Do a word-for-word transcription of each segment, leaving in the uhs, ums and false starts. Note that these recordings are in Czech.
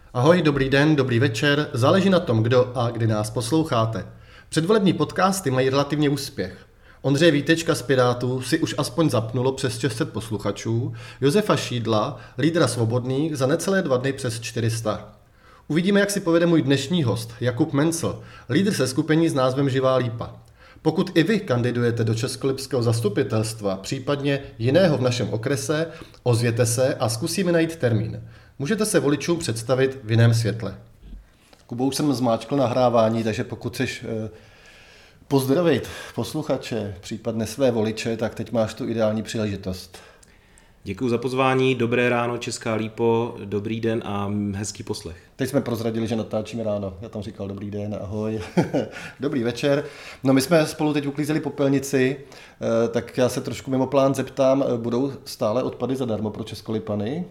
Ahoj, dobrý den, dobrý večer, záleží na tom, kdo a kdy nás posloucháte. Předvolební podcasty mají relativně úspěch. Ondřeje Vítečka z Pirátů si už aspoň zapnulo přes šest set posluchačů, Josefa Šídla, lídra Svobodných, za necelé dva dny přes čtyři sta. Uvidíme, jak si povede můj dnešní host, Jakub Mencl, lídr seskupení s názvem Živá lípa. Pokud i vy kandidujete do českolipského zastupitelstva, případně jiného v našem okrese, ozvěte se a zkusíme najít termín. Můžete se voličům představit v jiném světle. Kubo, už jsem zmáčkl nahrávání, takže pokud chceš eh, pozdravit posluchače, případně své voliče, tak teď máš tu ideální příležitost. Děkuji za pozvání, dobré ráno Česká Lípo, dobrý den a hezký poslech. Teď jsme prozradili, že natáčíme ráno, já tam říkal dobrý den, ahoj, dobrý večer. No my jsme spolu teď uklízeli popelnici, tak já se trošku mimo plán zeptám, budou stále odpady zadarmo pro Českolipany?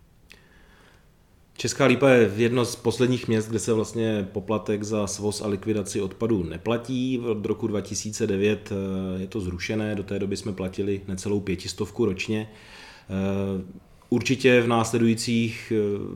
Česká Lípa je jedno z posledních měst, kde se vlastně poplatek za svoz a likvidaci odpadů neplatí. Od roku dva tisíce devět je to zrušené, do té doby jsme platili necelou pětistovku ročně. Určitě v následujících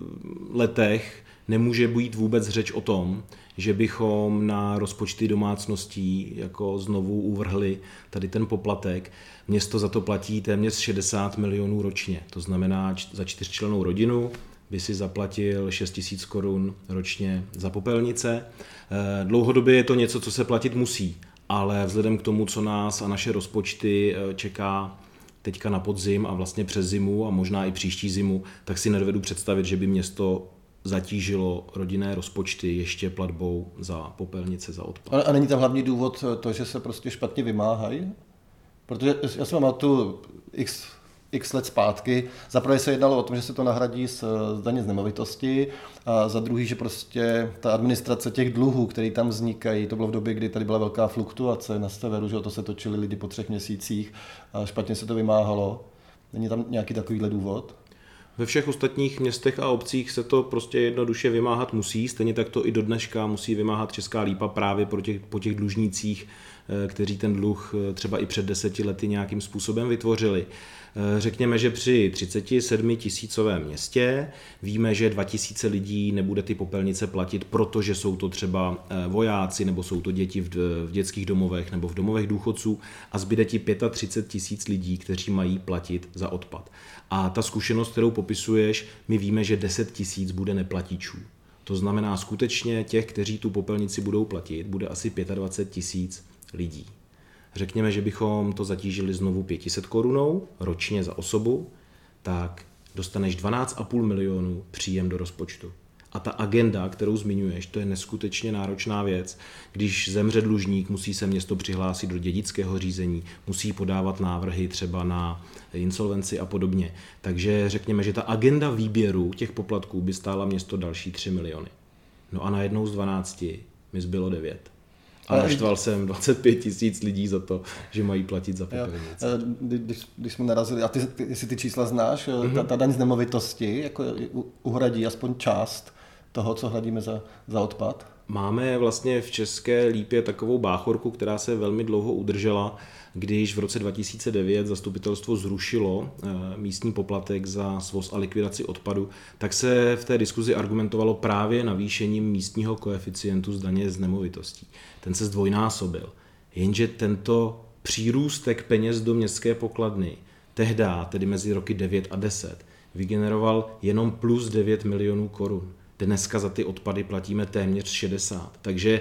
letech nemůže být vůbec řeč o tom, že bychom na rozpočty domácností jako znovu uvrhli tady ten poplatek. Město za to platí téměř šedesát milionů ročně, to znamená za čtyřčlennou rodinu by si zaplatil šest tisíc korun ročně za popelnice. Dlouhodobě je to něco, co se platit musí, ale vzhledem k tomu, co nás a naše rozpočty čeká teďka na podzim a vlastně přes zimu a možná i příští zimu, tak si nedovedu představit, že by město zatížilo rodinné rozpočty ještě platbou za popelnice, za odpad. A není tam hlavní důvod to, že se prostě špatně vymáhají? Protože já jsem mám tu x, x let zpátky. Za prvé se jednalo o tom, že se to nahradí z daně z nemovitosti a za druhý, že prostě ta administrace těch dluhů, které tam vznikají, to bylo v době, kdy tady byla velká fluktuace na severu, že to se točili lidi po třech měsících a špatně se to vymáhalo. Není tam nějaký takovýhle důvod? Ve všech ostatních městech a obcích se to prostě jednoduše vymáhat musí, stejně tak to i do dneška musí vymáhat Česká Lípa právě po těch, po těch dlužnících, kteří ten dluh třeba i před deseti lety nějakým způsobem vytvořili. Řekněme, že při třicet sedm tisícovém městě víme, že dva tisíce lidí nebude ty popelnice platit, protože jsou to třeba vojáci nebo jsou to děti v dětských domovech nebo v domovech důchodců a zbyde ti třicet pět tisíc lidí, kteří mají platit za odpad. A ta zkušenost, kterou popisuješ, my víme, že deset tisíc bude neplatičů. To znamená skutečně těch, kteří tu popelnici budou platit, bude asi dvacet pět tisíc lidí. Řekněme, že bychom to zatížili znovu pět set korunou ročně za osobu, tak dostaneš dvanáct a půl milionu příjem do rozpočtu. A ta agenda, kterou zmiňuješ, to je neskutečně náročná věc. Když zemře dlužník, musí se město přihlásit do dědického řízení, musí podávat návrhy třeba na insolvenci a podobně. Takže řekněme, že ta agenda výběru těch poplatků by stála město další tři miliony. No a najednou z dvanácti mi zbylo devět. A naštval jsem dvacet pět tisíc lidí za to, že mají platit za popelnice. Když, když jsme narazili, a ty, ty, jestli ty čísla znáš, mm-hmm. ta, ta daň z nemovitosti jako uhradí aspoň část toho, co hradíme za, za odpad? Máme vlastně v České Lípě takovou báchorku, která se velmi dlouho udržela, když v roce dva tisíce devět zastupitelstvo zrušilo místní poplatek za svoz a likvidaci odpadu, tak se v té diskuzi argumentovalo právě navýšením místního koeficientu z daně z nemovitostí. Ten se zdvojnásobil. Jenže tento přírůstek peněz do městské pokladny tehdá, tedy mezi roky devět a deset, vygeneroval jenom plus devět milionů korun. Dneska za ty odpady platíme téměř šedesát. Takže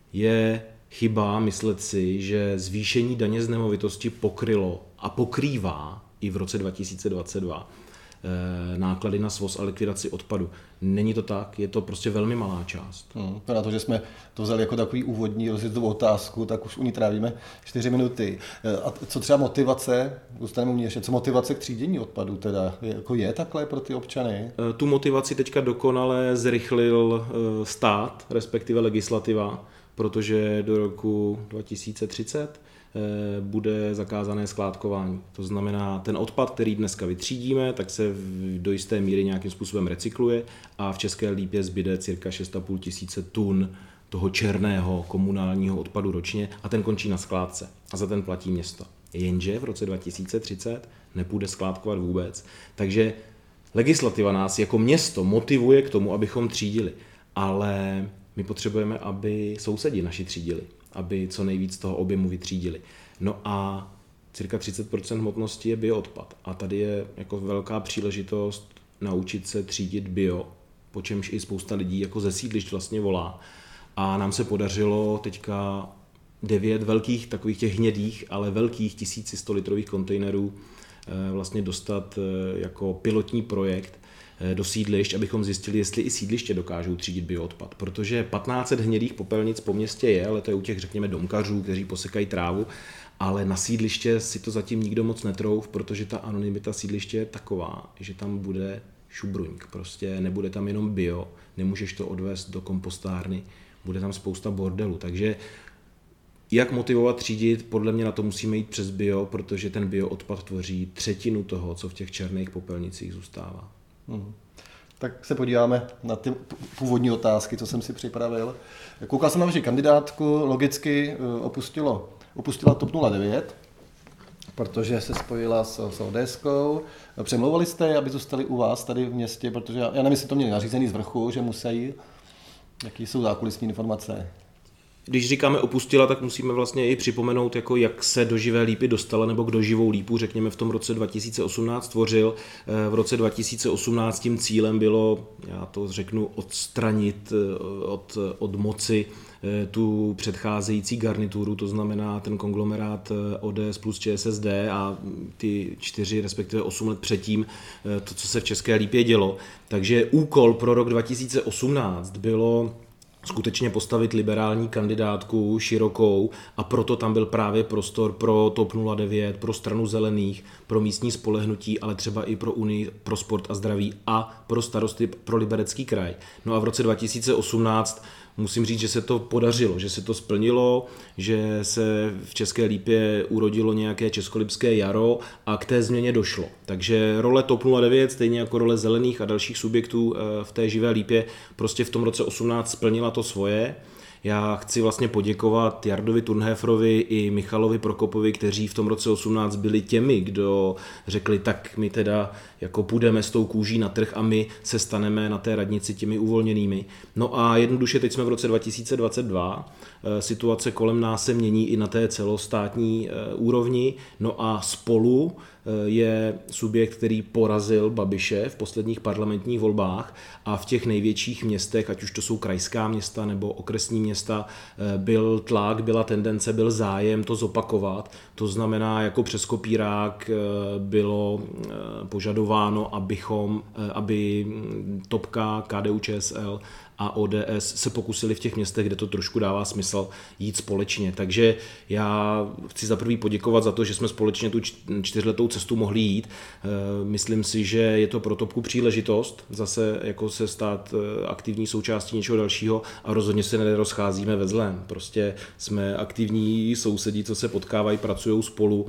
je chyba myslet si, že zvýšení daně z nemovitosti pokrylo a pokrývá i v roce dva tisíce dvacet dva náklady na svoz a likvidaci odpadu. Není to tak, je to prostě velmi malá část. Hmm, to na to, že jsme to vzali jako takový úvodní rozjezdovou otázku, tak už u ní trávíme čtyři minuty. A co třeba motivace, dostaneme u mě ještě, co motivace k třídění odpadu teda, jako je takhle pro ty občany? Tu motivaci teďka dokonale zrychlil stát, respektive legislativa, protože do roku dva tisíce třicet bude zakázané skládkování. To znamená, ten odpad, který dneska vytřídíme, tak se do jisté míry nějakým způsobem recykluje a v České Lípě zbyde cirka šest a půl tisíce tun toho černého komunálního odpadu ročně a ten končí na skládce a za ten platí město. Jenže v roce dva tisíce třicet nepůjde skládkovat vůbec, takže legislativa nás jako město motivuje k tomu, abychom třídili, ale my potřebujeme, aby sousedi naši třídili, aby co nejvíc toho objemu vytřídili. No a cirka třicet procent hmotnosti je bioodpad a tady je jako velká příležitost naučit se třídit bio, po čemž i spousta lidí jako ze sídlišť vlastně volá. A nám se podařilo teďka devět velkých takových těch hnědých, ale velkých tisíc sto litrových kontejnerů vlastně dostat jako pilotní projekt do sídlišť, abychom zjistili, jestli i sídliště dokážou třídit bioodpad. Protože patnáct set hnědých popelnic po městě je, ale to je u těch, řekněme, domkařů, kteří posekají trávu, ale na sídliště si to zatím nikdo moc netrouf, protože ta anonymita sídliště je taková, že tam bude šubruňk, prostě nebude tam jenom bio, nemůžeš to odvést do kompostárny, bude tam spousta bordelu, takže jak motivovat třídit, podle mě na to musíme jít přes bio, protože ten bioodpad tvoří třetinu toho, co v těch černých popelnicích zůstává. Hmm. Tak se podíváme na ty původní otázky, co jsem si připravil. Koukal jsem na vaši kandidátku, logicky opustilo, opustila TOP nula devět, protože se spojila s, s ODSkou. Přemlouvali jste, aby zůstali u vás tady v městě, protože já nevím, jestli to měli nařízený z vrchu, že musí. Jaký jsou zákulisní informace? Když říkáme opustila, tak musíme vlastně i připomenout, jako jak se do Živé lípy dostala, nebo kdo Živou lípu, řekněme, v tom roce dva tisíce osmnáct tvořil. V roce dva tisíce osmnáct tím cílem bylo, já to řeknu, odstranit od, od moci tu předcházející garnituru, to znamená ten konglomerát O D S plus ČSSD a ty čtyři, respektive osm let předtím, to, co se v České Lípě dělo. Takže úkol pro rok dva tisíce osmnáct bylo skutečně postavit liberální kandidátku širokou a proto tam byl právě prostor pro TOP nula devět, pro Stranu zelených, pro místní spolehnutí, ale třeba i pro Unii pro sport a zdraví a pro Starosty pro Liberecký kraj. No a v roce dva tisíce osmnáct musím říct, že se to podařilo, že se to splnilo, že se v České Lípě urodilo nějaké českolipské jaro a k té změně došlo. Takže role TOP nula devět, stejně jako role zelených a dalších subjektů v té Živé Lípě, prostě v tom roce osmnáct splnila to svoje. Já chci vlastně poděkovat Jardovi Turnhöferovi i Michalovi Prokopovi, kteří v tom roce osmnáct byli těmi, kdo řekli, tak my teda jako půjdeme s tou kůží na trh a my se staneme na té radnici těmi uvolněnými. No a jednoduše teď jsme v roce dva tisíce dvacet dva, situace kolem nás se mění i na té celostátní úrovni, no a Spolu je subjekt, který porazil Babiše v posledních parlamentních volbách a v těch největších městech, ať už to jsou krajská města nebo okresní města, byl tlak, byla tendence, byl zájem to zopakovat. To znamená, jako přes kopírák bylo požadováno, abychom, aby Topka, K D U Č S L a O D S se pokusili v těch městech, kde to trošku dává smysl, jít společně. Takže já chci za prvý poděkovat za to, že jsme společně tu čtyřletou cestu mohli jít. Myslím si, že je to pro Topku příležitost zase jako se stát aktivní součástí něčeho dalšího a rozhodně se nerozcházíme ve zlém. Prostě jsme aktivní sousedí, co se potkávají, pracují spolu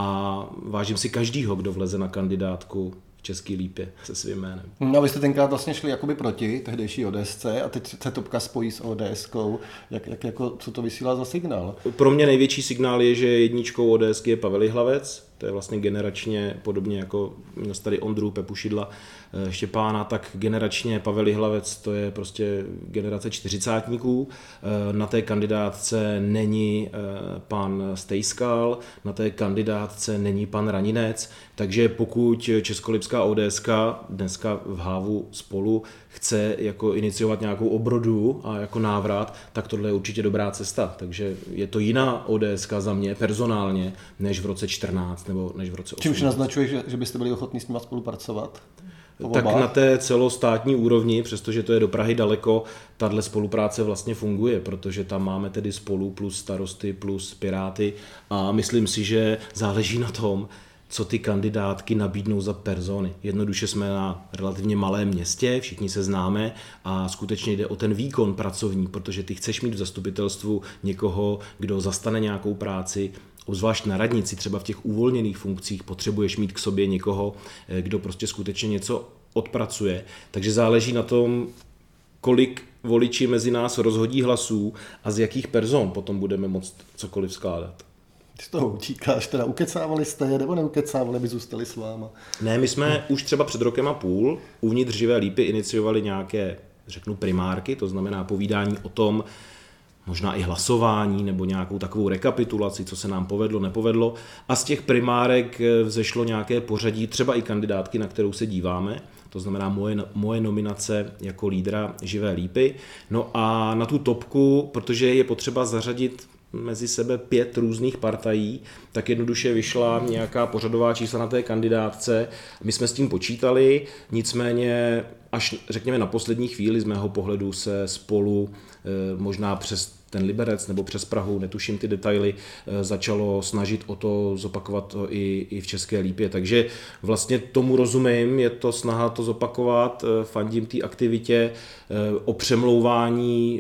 a vážím si každýho, kdo vleze na kandidátku Český Lípě se svým jménem. No, vy jste tenkrát vlastně šli jakoby proti tehdejší ODSce a teď se Topka spojí s ODSkou. Jak, jak, jako, co to vysílá za signál? Pro mě největší signál je, že jedničkou ODSky je Pavel Jihlavec, to je vlastně generačně podobně jako měl tady Ondru, Pepušidla, Štěpána, tak generačně Pavel Jihlavec, to je prostě generace čtyřicátníků. Na té kandidátce není pan Stejskal, na té kandidátce není pan Raninec, takže pokud Českolipská ODSka dneska v Hávu Spolu chce jako iniciovat nějakou obrodu a jako návrat, tak tohle je určitě dobrá cesta. Takže je to jiná ODSka za mě personálně, než v roce čtrnáct nebo než v roce osmnáct. Čímž naznačuješ, že, že byste byli ochotní s nimi spolupracovat? Tak na té celostátní úrovni, přestože to je do Prahy daleko, tahle spolupráce vlastně funguje, protože tam máme tedy Spolu plus Starosty plus Piráty a myslím si, že záleží na tom, co ty kandidátky nabídnou za persony. Jednoduše jsme na relativně malém městě, všichni se známe a skutečně jde o ten výkon pracovní, protože ty chceš mít v zastupitelstvu někoho, kdo zastane nějakou práci, obzvlášť na radnici, třeba v těch uvolněných funkcích potřebuješ mít k sobě někoho, kdo prostě skutečně něco odpracuje. Takže záleží na tom, kolik voliči mezi nás rozhodí hlasů a z jakých person potom budeme moct cokoliv skládat. Ty z toho utíkáš, teda ukecávali jste je, nebo neukecávali, by zůstali s váma? Ne, my jsme hmm. už třeba před rokem a půl uvnitř Živé lípy iniciovali nějaké, řeknu, primárky, to znamená povídání o tom, možná i hlasování nebo nějakou takovou rekapitulaci, co se nám povedlo, nepovedlo. A z těch primárek vzešlo nějaké pořadí, třeba i kandidátky, na kterou se díváme. To znamená moje, moje nominace jako lídra Živé lípy. No a na tu topku, protože je potřeba zařadit mezi sebe pět různých partají, tak jednoduše vyšla nějaká pořadová čísla na té kandidátce. My jsme s tím počítali, nicméně až řekněme na poslední chvíli z mého pohledu se spolu možná přes ten Liberec nebo přes Prahu, netuším ty detaily, začalo snažit o to zopakovat to i, i v České Lípě. Takže vlastně tomu rozumím, je to snaha to zopakovat, fandím té aktivitě, o přemlouvání,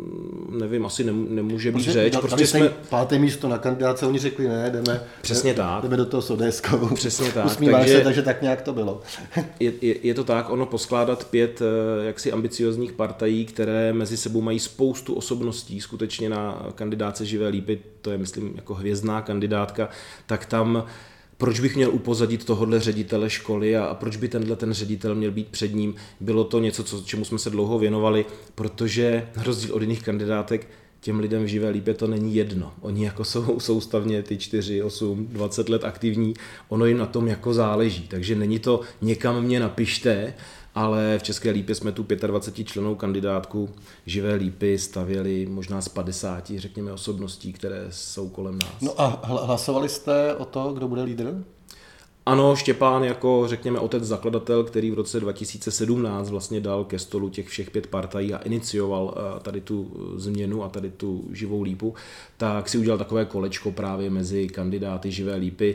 nevím, asi nemůže být řeč. Prostě jsme páté místo na kandidáce, oni řekli ne, jdeme, Přesně tak. jdeme do toho s ODSkou. Přesně tak. Usmíváš takže, se, takže tak nějak to bylo. je, je, je to tak, ono poskládat pět jaksi ambiciozních partají, které mezi sebou mají spoustu osobností, skutečně na kandidáce Živé lípy, to je myslím jako hvězdná kandidátka, tak tam proč bych měl upozadit tohohle ředitele školy a proč by tenhle ten ředitel měl být před ním. Bylo to něco, co, čemu jsme se dlouho věnovali, protože na rozdíl od jiných kandidátek těm lidem v Živé lípě to není jedno. Oni jako jsou soustavně ty čtyři, osm, dvacet let aktivní, ono jim na tom jako záleží, takže není to někam mě napište, ale v České Lípě jsme tu dvacet pět člennou kandidátku Živé lípy stavěli možná z padesáti, řekněme, osobností, které jsou kolem nás. No a hlasovali jste o to, kdo bude lídr? Ano, Štěpán jako, řekněme, otec zakladatel, který v roce dva tisíce sedmnáct vlastně dal ke stolu těch všech pět partají a inicioval tady tu změnu a tady tu Živou lípu, tak si udělal takové kolečko právě mezi kandidáty Živé lípy,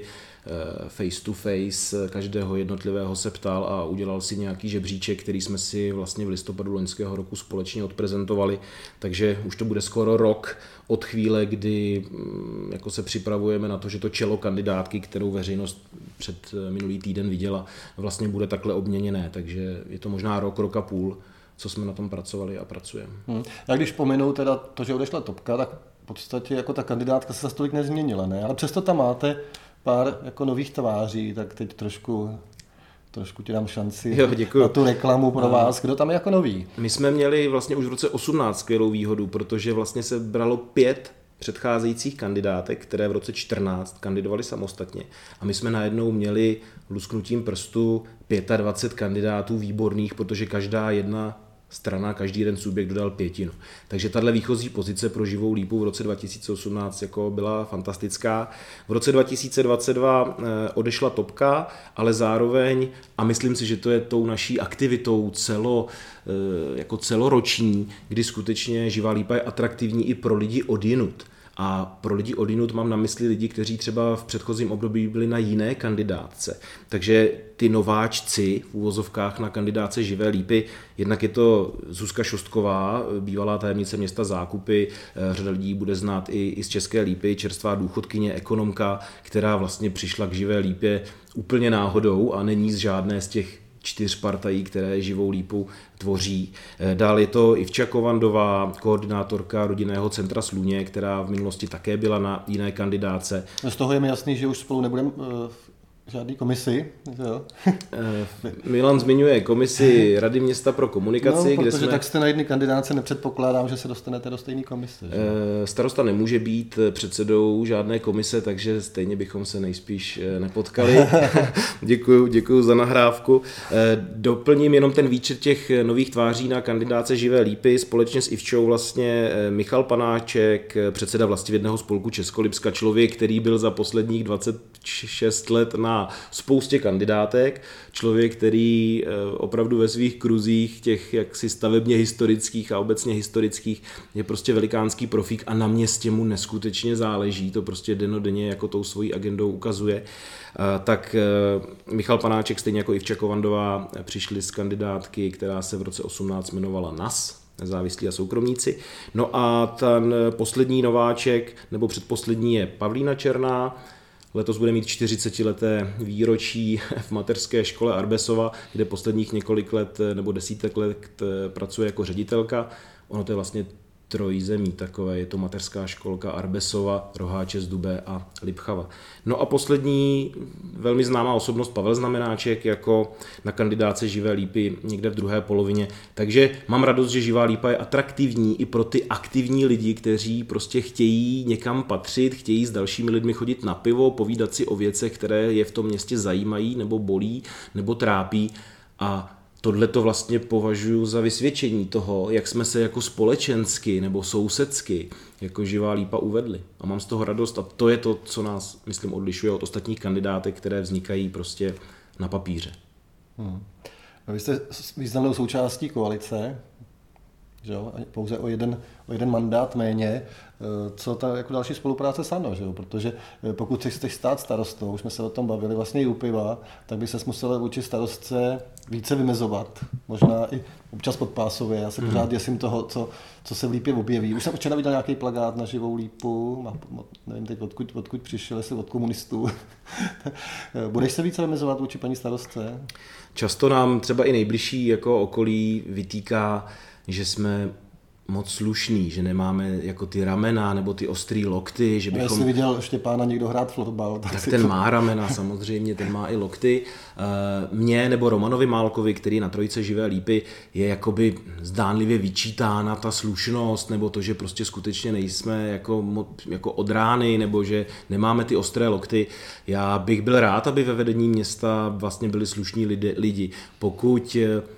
face to face, každého jednotlivého se ptal a udělal si nějaký žebříček, který jsme si vlastně v listopadu loňského roku společně odprezentovali, takže už to bude skoro rok od chvíle, kdy jako se připravujeme na to, že to čelo kandidátky, kterou veřejnost před minulý týden viděla, vlastně bude takhle obměněné, takže je to možná rok, rok a půl, co jsme na tom pracovali a pracujeme. Hmm. Já když pominu teda to, že odešla topka, tak v podstatě jako ta kandidátka se za tolik nezměnila, ne? Ale přesto tam máte pár jako nových tváří, tak teď trošku, trošku ti dám šanci jo, na tu reklamu pro vás. Kdo tam je jako nový? My jsme měli vlastně už v roce osmnáct skvělou výhodu, protože vlastně se bralo pět předcházejících kandidátek, které v roce čtrnáct kandidovali samostatně. A my jsme najednou měli lusknutím prstu dvacet pět kandidátů výborných, protože každá jedna strana, každý jeden subjekt dodal pětinu. Takže tahle výchozí pozice pro Živou lípu v roce dva tisíce osmnáct jako byla fantastická. V roce dva tisíce dvacet dva odešla topka, ale zároveň, a myslím si, že to je tou naší aktivitou celo, jako celoroční, kdy skutečně Živá lípa je atraktivní i pro lidi odjinud. A pro lidi odjinud mám na mysli lidi, kteří třeba v předchozím období byli na jiné kandidátce. Takže ty nováčci v úvozovkách na kandidáce Živé lípy, jednak je to Zuzka Šostková, bývalá tajemnice města Zákupy, řada lidí bude znát i, i z České Lípy, čerstvá důchodkyně, ekonomka, která vlastně přišla k Živé lípě úplně náhodou a není z žádné z těch čtyř partají, které Živou lípu tvoří. Dál je to Ivča Kovandová, koordinátorka rodinného centra Sluně, která v minulosti také byla na jiné kandidáce. Z toho je mi jasný, že už spolu nebudeme v žádný komisi. Jo? Milan zmiňuje komisi Rady města pro komunikaci. No, protože kde jsme... tak jste na jedné kandidáce, nepředpokládám, že se dostanete do stejné komise. Že? Starosta nemůže být předsedou žádné komise, takže stejně bychom se nejspíš nepotkali. Děkuju, děkuju za nahrávku. Doplním jenom ten výčet těch nových tváří na kandidáce Živé lípy. Společně s Ivčou vlastně Michal Panáček, předseda vlastivědného spolku Českolipska, člověk, který byl za posledních dvacet šest let na spoustě kandidátek, člověk, který opravdu ve svých kruzích těch jaksi stavebně historických a obecně historických je prostě velikánský profík a na městě mu neskutečně záleží, to prostě dennodenně jako tou svojí agendou ukazuje. Tak Michal Panáček, stejně jako Ivča Kovandová, přišli z kandidátky, která se v roce osmnáct jmenovala N A S, nezávislí a soukromníci. No a ten poslední nováček, nebo předposlední je Pavlína Černá. Letos bude mít čtyřicetileté výročí v mateřské škole Arbesova, kde posledních několik let nebo desítek let pracuje jako ředitelka. Ono to je vlastně trojzemí takové, je to mateřská školka Arbesova, Roháče z Dubé a Lipchava. No a poslední velmi známá osobnost Pavel Znamenáček jako na kandidáce Živé Lípy někde v druhé polovině. Takže mám radost, že Živá Lípa je atraktivní i pro ty aktivní lidi, kteří prostě chtějí někam patřit, chtějí s dalšími lidmi chodit na pivo, povídat si o věcech, které je v tom městě zajímají nebo bolí nebo trápí. A tohle to vlastně považuji za vysvědčení toho, jak jsme se jako společensky nebo sousedsky jako Živá Lípa uvedli. A mám z toho radost a to je to, co nás, myslím, odlišuje od ostatních kandidátek, které vznikají prostě na papíře. Hmm. Vy jste významnou součástí koalice, že jo? Pouze o jeden, o jeden mandát méně. Co ta jako další spolupráce s ANO, že jo? Protože pokud chceš stát starostou, už jsme se o tom bavili, vlastně i u piva, tak by ses musel vůči starostce více vymezovat, možná i občas podpásově. Já se mm. pořád děsím toho, co, co se v Lípě objeví. Už jsem včera viděl nějaký plakát na Živou Lípu, nevím teď odkud, odkud přišel, jestli od komunistů. Budeš se více vymezovat vůči paní starostce? Často nám třeba i nejbližší jako okolí vytýká, že jsme moc slušný, že nemáme jako ty ramena nebo ty ostrý lokty, že bychom... Jestli viděl Štěpána někdo hrát flotbal, tak, tak ten to... má ramena samozřejmě, ten má i lokty. Mně nebo Romanovi Málkovi, který na Trojce Živé Lípy je jakoby zdánlivě vyčítána ta slušnost nebo to, že prostě skutečně nejsme jako, jako od rány nebo že nemáme ty ostré lokty. Já bych byl rád, aby ve vedení města vlastně byli slušní lidi. lidi. Pokud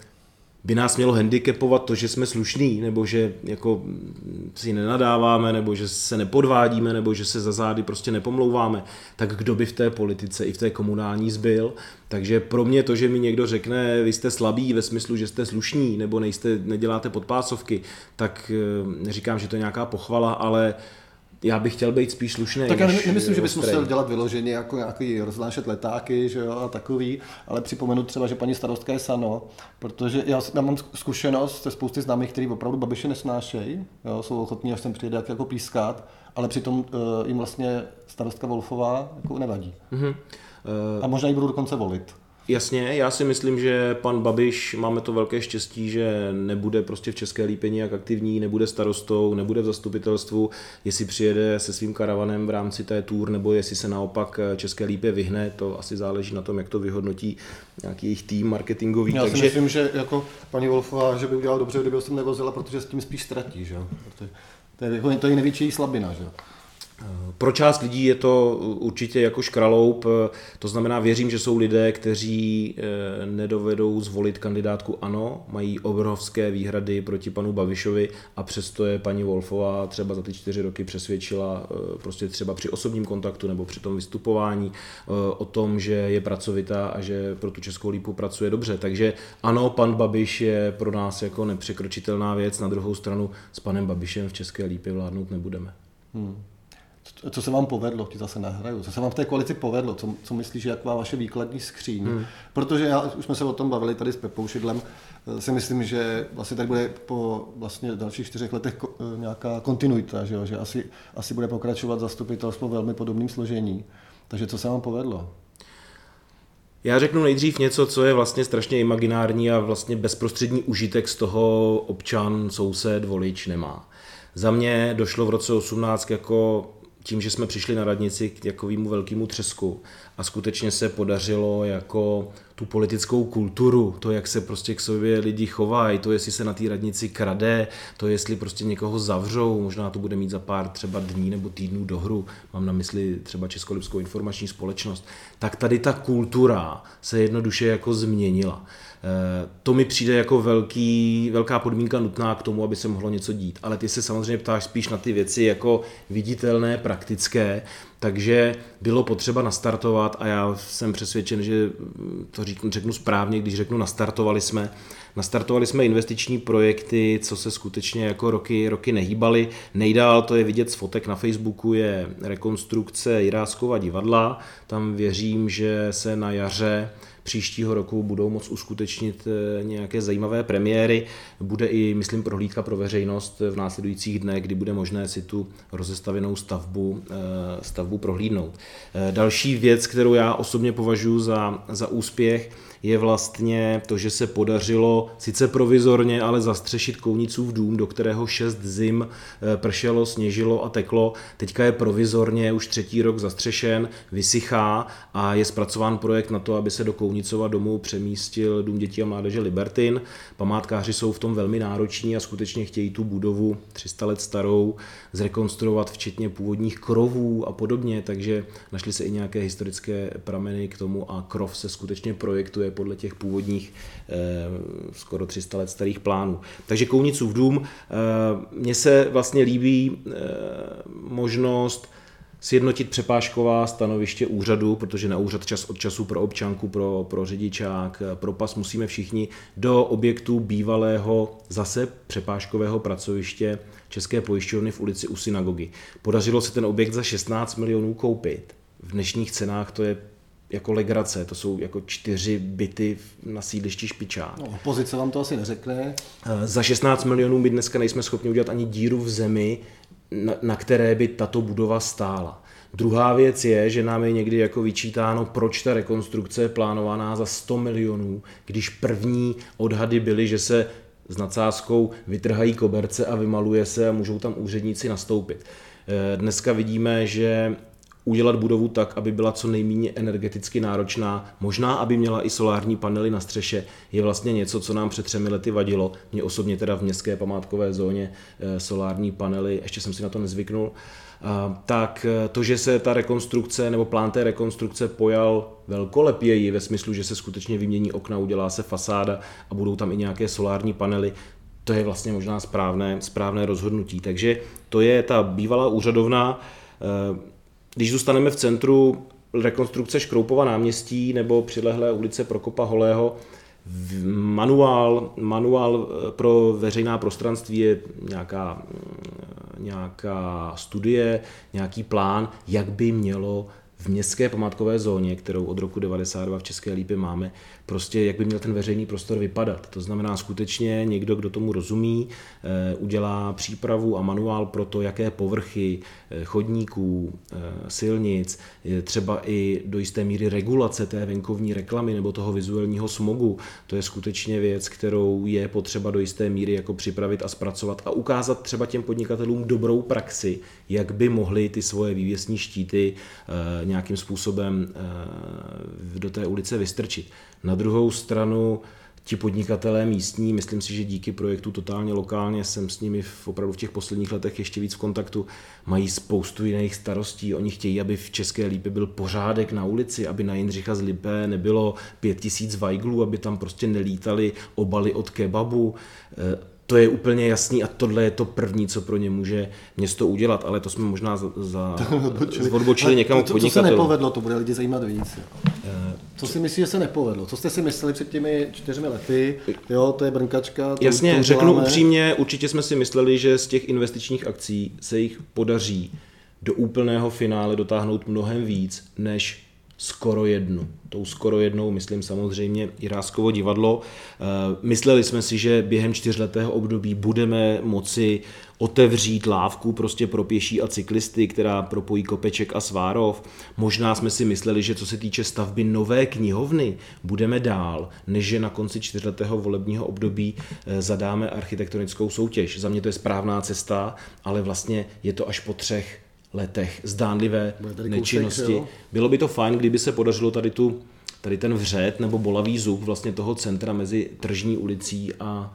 by nás mělo handicapovat to, že jsme slušní, nebo že jako si nenadáváme, nebo že se nepodvádíme, nebo že se za zády prostě nepomlouváme, tak kdo by v té politice i v té komunální zbyl. Takže pro mě to, že mi někdo řekne, vy jste slabí ve smyslu, že jste slušní, nebo nejste, neděláte podpásovky, tak neříkám, že to je nějaká pochvala, ale já bych chtěl být spíš slušný. Tak já nemyslím, že bys musel dělat vyloženě jako nějaký roznášet letáky, že jo, a takový, ale připomenu třeba, že paní starostka je Sano, protože já, já mám zkušenost se spousty známých, kteří opravdu Babiše nesnášejí, jo, jsou ochotní, až sem přijde jako pískat, ale přitom uh, jim vlastně starostka Wolfová jako nevadí. Mm-hmm. Uh... A možná ji budou dokonce volit. Jasně, já si myslím, že pan Babiš, máme to velké štěstí, že nebude prostě v České Lípě nijak aktivní, nebude starostou, nebude v zastupitelstvu, jestli přijede se svým karavanem v rámci té tour, nebo jestli se naopak České Lípě vyhne, to asi záleží na tom, jak to vyhodnotí nějaký jejich tým marketingový. Já takže... si myslím, že jako paní Wolfová, že by udělala dobře, kdyby jsem nevozila, protože s tím spíš ztratí, že? To je, to je největší slabina, že? Pro část lidí je to určitě jako škraloup, to znamená, věřím, že jsou lidé, kteří nedovedou zvolit kandidátku ANO, mají obrovské výhrady proti panu Babišovi a přesto je paní Wolfová třeba za ty čtyři roky přesvědčila prostě třeba při osobním kontaktu nebo při tom vystupování o tom, že je pracovitá a že pro tu Českou Lípu pracuje dobře. Takže ano, pan Babiš je pro nás jako nepřekročitelná věc, na druhou stranu s panem Babišem v České Lípě vládnout nebudeme. Hmm. Co se vám povedlo, ti zase nahraju, co se vám v té koalici povedlo, co, co myslíš, že jaková vaše výkladní skříň? Hmm. Protože já, už jsme se o tom bavili tady s Pepou Šidlem, si myslím, že vlastně tady bude po vlastně dalších čtyřech letech nějaká kontinuita, že, jo? Že asi, asi bude pokračovat zastupitelstvo velmi podobným složení. Takže co se vám povedlo? Já řeknu nejdřív něco, co je vlastně strašně imaginární a vlastně bezprostřední užitek z toho občan, soused, volič nemá. Za mě došlo v roce osmnáct jako tím, že jsme přišli na radnici k takovému velkému třesku a skutečně se podařilo jako tu politickou kulturu, to, jak se prostě k sobě lidi chovají, to, jestli se na té radnici krade, to, jestli prostě někoho zavřou, možná to bude mít za pár třeba dní nebo týdnů dohru, mám na mysli třeba Českolipskou informační společnost, tak tady ta kultura se jednoduše jako změnila. To mi přijde jako velký, velká podmínka nutná k tomu, aby se mohlo něco dít. Ale ty se samozřejmě ptáš spíš na ty věci jako viditelné, praktické, takže bylo potřeba nastartovat a já jsem přesvědčen, že to řeknu, řeknu správně, když řeknu nastartovali jsme. Nastartovali jsme investiční projekty, co se skutečně jako roky, roky nehýbaly. Nejdál, to je vidět z fotek na Facebooku, je rekonstrukce Jiráskova divadla. Tam věřím, že se na jaře příštího roku budou moct uskutečnit nějaké zajímavé premiéry. Bude i, myslím, prohlídka pro veřejnost v následujících dnech, kdy bude možné si tu rozestavěnou stavbu, stavbu prohlídnout. Další věc, kterou já osobně považuji za, za úspěch, je vlastně to, že se podařilo sice provizorně, ale zastřešit Kounicův dům, do kterého šest zim pršelo, sněžilo a teklo. Teďka je provizorně už třetí rok zastřešen, vysychá a je zpracován projekt na to, aby se do Kounicova domu přemístil Dům dětí a mládeže Libertin. Památkáři jsou v tom velmi nároční a skutečně chtějí tu budovu tři sta let starou zrekonstruovat, včetně původních krovů a podobně, takže našly se i nějaké historické prameny k tomu a krov se skutečně projektuje podle těch původních eh, skoro tři sta let starých plánů. Takže Kounicův dům, eh, mně se vlastně líbí eh, možnost sjednotit přepážková stanoviště úřadu, protože na úřad čas od času pro občanku, pro, pro řidičák, pro pas musíme všichni do objektu bývalého zase přepážkového pracoviště České pojišťovny v ulici u synagogy. Podařilo se ten objekt za šestnáct milionů koupit. V dnešních cenách to je jako legrace, to jsou jako čtyři byty na sídlišti Špičák. No, opozice vám to asi neřekne. Za šestnáct milionů my dneska nejsme schopni udělat ani díru v zemi, na, na které by tato budova stála. Druhá věc je, že nám je někdy jako vyčítáno, proč ta rekonstrukce je plánovaná za sto milionů, když první odhady byly, že se s nadsázkou vytrhají koberce a vymaluje se a můžou tam úředníci nastoupit. Dneska vidíme, že udělat budovu tak, aby byla co nejméně energeticky náročná, možná, aby měla i solární panely na střeše, je vlastně něco, co nám před třemi lety vadilo. Mně osobně teda v městské památkové zóně solární panely, ještě jsem si na to nezvyknul, tak to, že se ta rekonstrukce nebo plán té rekonstrukce pojal velkolepěji ve smyslu, že se skutečně vymění okna, udělá se fasáda a budou tam i nějaké solární panely, to je vlastně možná správné, správné rozhodnutí. Takže to je ta bývalá úřadovna. Když zůstaneme v centru, rekonstrukce Škroupova náměstí nebo přilehlé ulice Prokopa Holého, manuál, manuál pro veřejná prostranství je nějaká, nějaká studie, nějaký plán, jak by mělo v městské památkové zóně, kterou od roku devadesát dva v České Lípě máme, prostě jak by měl ten veřejný prostor vypadat. To znamená skutečně někdo, kdo tomu rozumí, udělá přípravu a manuál pro to, jaké povrchy chodníků, silnic, třeba i do jisté míry regulace té venkovní reklamy nebo toho vizuálního smogu. To je skutečně věc, kterou je potřeba do jisté míry jako připravit a zpracovat a ukázat třeba těm podnikatelům dobrou praxi, jak by mohli ty svoje vývěsní štíty nějakým způsobem do té ulice vystrčit. Na druhou stranu ti podnikatelé místní, myslím si, že díky projektu Totálně lokálně jsem s nimi v, opravdu v těch posledních letech ještě víc v kontaktu, mají spoustu jiných starostí. Oni chtějí, aby v České Lípě byl pořádek na ulici, aby na Jindřicha z Lipe nebylo pět tisíc vajglů, aby tam prostě nelítali obaly od kebabu. To je úplně jasný a tohle je to první, co pro ně může město udělat, ale to jsme možná za, za odbočili někam k podnikatelům. Co se nepovedlo, to bude lidi zajímat víc. Co si myslíš, že se nepovedlo? Co jste si mysleli před těmi čtyřmi lety? Jo, to je brnkačka. To Jasně, to řeknu upřímně, určitě jsme si mysleli, že z těch investičních akcí se jich podaří do úplného finále dotáhnout mnohem víc, než skoro jednu. Tou skoro jednou myslím samozřejmě Jiráskovo divadlo. Mysleli jsme si, že během čtyřletého období budeme moci otevřít lávku prostě pro pěší a cyklisty, která propojí Kopeček a Svárov. Možná jsme si mysleli, že co se týče stavby nové knihovny, budeme dál, než že na konci čtyřletého volebního období zadáme architektonickou soutěž. Za mě to je správná cesta, ale vlastně je to až po třech letech zdánlivé nečinnosti. Kousek, bylo by to fajn, kdyby se podařilo tady, tu, tady ten vřet nebo bolavý zub vlastně toho centra mezi Tržní ulicí a,